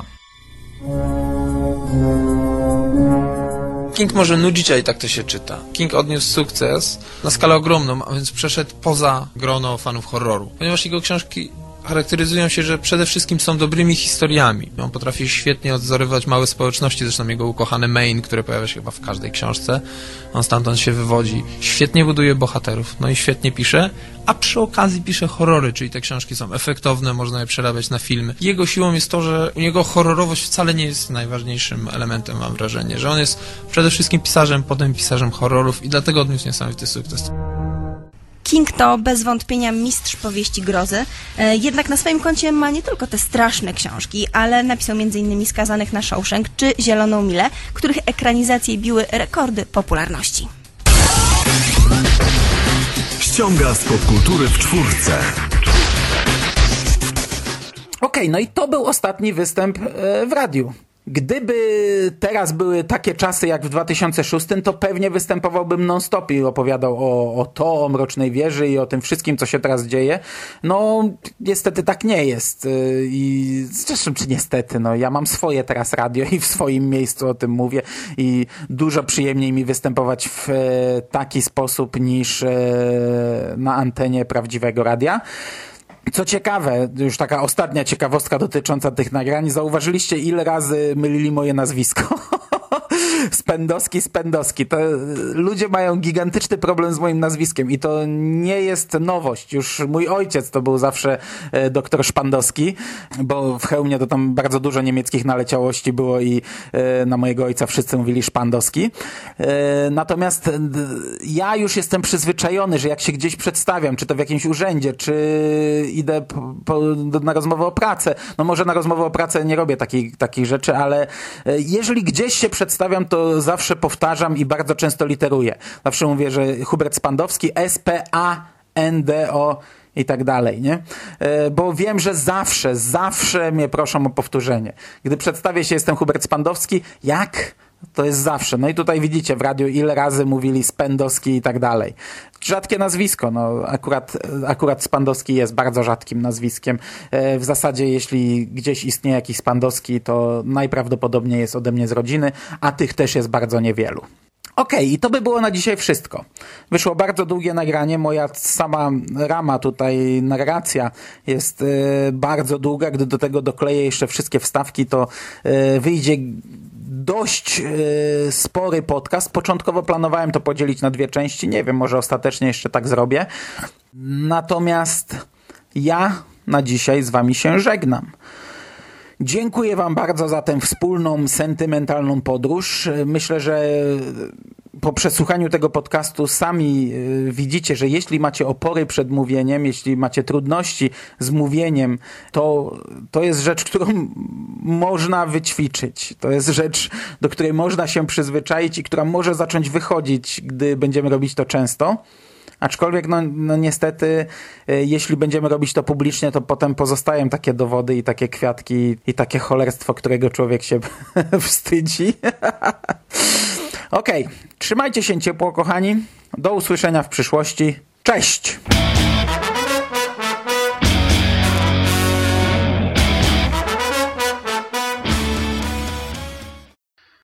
King może nudzić, a i tak to się czyta. King odniósł sukces na skalę ogromną, a więc przeszedł poza grono fanów horroru. Ponieważ jego książki charakteryzują się, że przede wszystkim są dobrymi historiami. On potrafi świetnie odwzorowywać małe społeczności, zresztą jego ukochany Maine, które pojawia się chyba w każdej książce. On stamtąd się wywodzi. Świetnie buduje bohaterów, no i świetnie pisze, a przy okazji pisze horrory, czyli te książki są efektowne, można je przerabiać na filmy. Jego siłą jest to, że u niego horrorowość wcale nie jest najważniejszym elementem, mam wrażenie, że on jest przede wszystkim pisarzem, potem pisarzem horrorów i dlatego odniósł niesamowity sukces. King to bez wątpienia mistrz powieści grozy, e, jednak na swoim koncie ma nie tylko te straszne książki, ale napisał między innymi Skazanych na Shawshank czy Zieloną Milę, których ekranizacje biły rekordy popularności. Ściąga z popkultury w czwórce. Okej, okay, no i to był ostatni występ w radiu. Gdyby teraz były takie czasy jak w dwa tysiące szóstym, to pewnie występowałbym non-stop i opowiadał o, o to, o Mrocznej Wieży i o tym wszystkim, co się teraz dzieje. No, niestety tak nie jest. I zresztą, czy niestety, no, ja mam swoje teraz radio i w swoim miejscu o tym mówię i dużo przyjemniej mi występować w taki sposób niż na antenie prawdziwego radia. Co ciekawe, już taka ostatnia ciekawostka dotycząca tych nagrań, zauważyliście, ile razy mylili moje nazwisko? Spędowski, Spędowski. To ludzie mają gigantyczny problem z moim nazwiskiem i to nie jest nowość. Już mój ojciec to był zawsze e, doktor Szpandowski, bo w Chełmie to tam bardzo dużo niemieckich naleciałości było i e, na mojego ojca wszyscy mówili Szpandowski. E, natomiast e, ja już jestem przyzwyczajony, że jak się gdzieś przedstawiam, czy to w jakimś urzędzie, czy idę po, po, na rozmowę o pracę, no może na rozmowę o pracę nie robię takich, takich rzeczy, ale e, jeżeli gdzieś się przedstawiam, to zawsze powtarzam i bardzo często literuję. Zawsze mówię, że Hubert Spandowski, S P A N D O i tak dalej, nie? Bo wiem, że zawsze, zawsze mnie proszą o powtórzenie. Gdy przedstawię się, jestem Hubert Spandowski, jak? To jest zawsze. No i tutaj widzicie w radiu, ile razy mówili Spędowski i tak dalej. Rzadkie nazwisko. No, akurat, akurat Spandowski jest bardzo rzadkim nazwiskiem. W zasadzie, jeśli gdzieś istnieje jakiś Spandowski, to najprawdopodobniej jest ode mnie z rodziny, a tych też jest bardzo niewielu. Okej, okay, i to by było na dzisiaj wszystko. Wyszło bardzo długie nagranie, moja sama rama tutaj, narracja jest y, bardzo długa. Gdy do tego dokleję jeszcze wszystkie wstawki, to y, wyjdzie dość y, spory podcast. Początkowo planowałem to podzielić na dwie części, nie wiem, może ostatecznie jeszcze tak zrobię. Natomiast ja na dzisiaj z wami się żegnam. Dziękuję wam bardzo za tę wspólną, sentymentalną podróż. Myślę, że po przesłuchaniu tego podcastu sami widzicie, że jeśli macie opory przed mówieniem, jeśli macie trudności z mówieniem, to, to jest rzecz, którą można wyćwiczyć. To jest rzecz, do której można się przyzwyczaić i która może zacząć wychodzić, gdy będziemy robić to często. Aczkolwiek, no, no niestety, jeśli będziemy robić to publicznie, to potem pozostają takie dowody i takie kwiatki i takie cholerstwo, którego człowiek się wstydzi. Okej, okay. Trzymajcie się ciepło, kochani. Do usłyszenia w przyszłości. Cześć!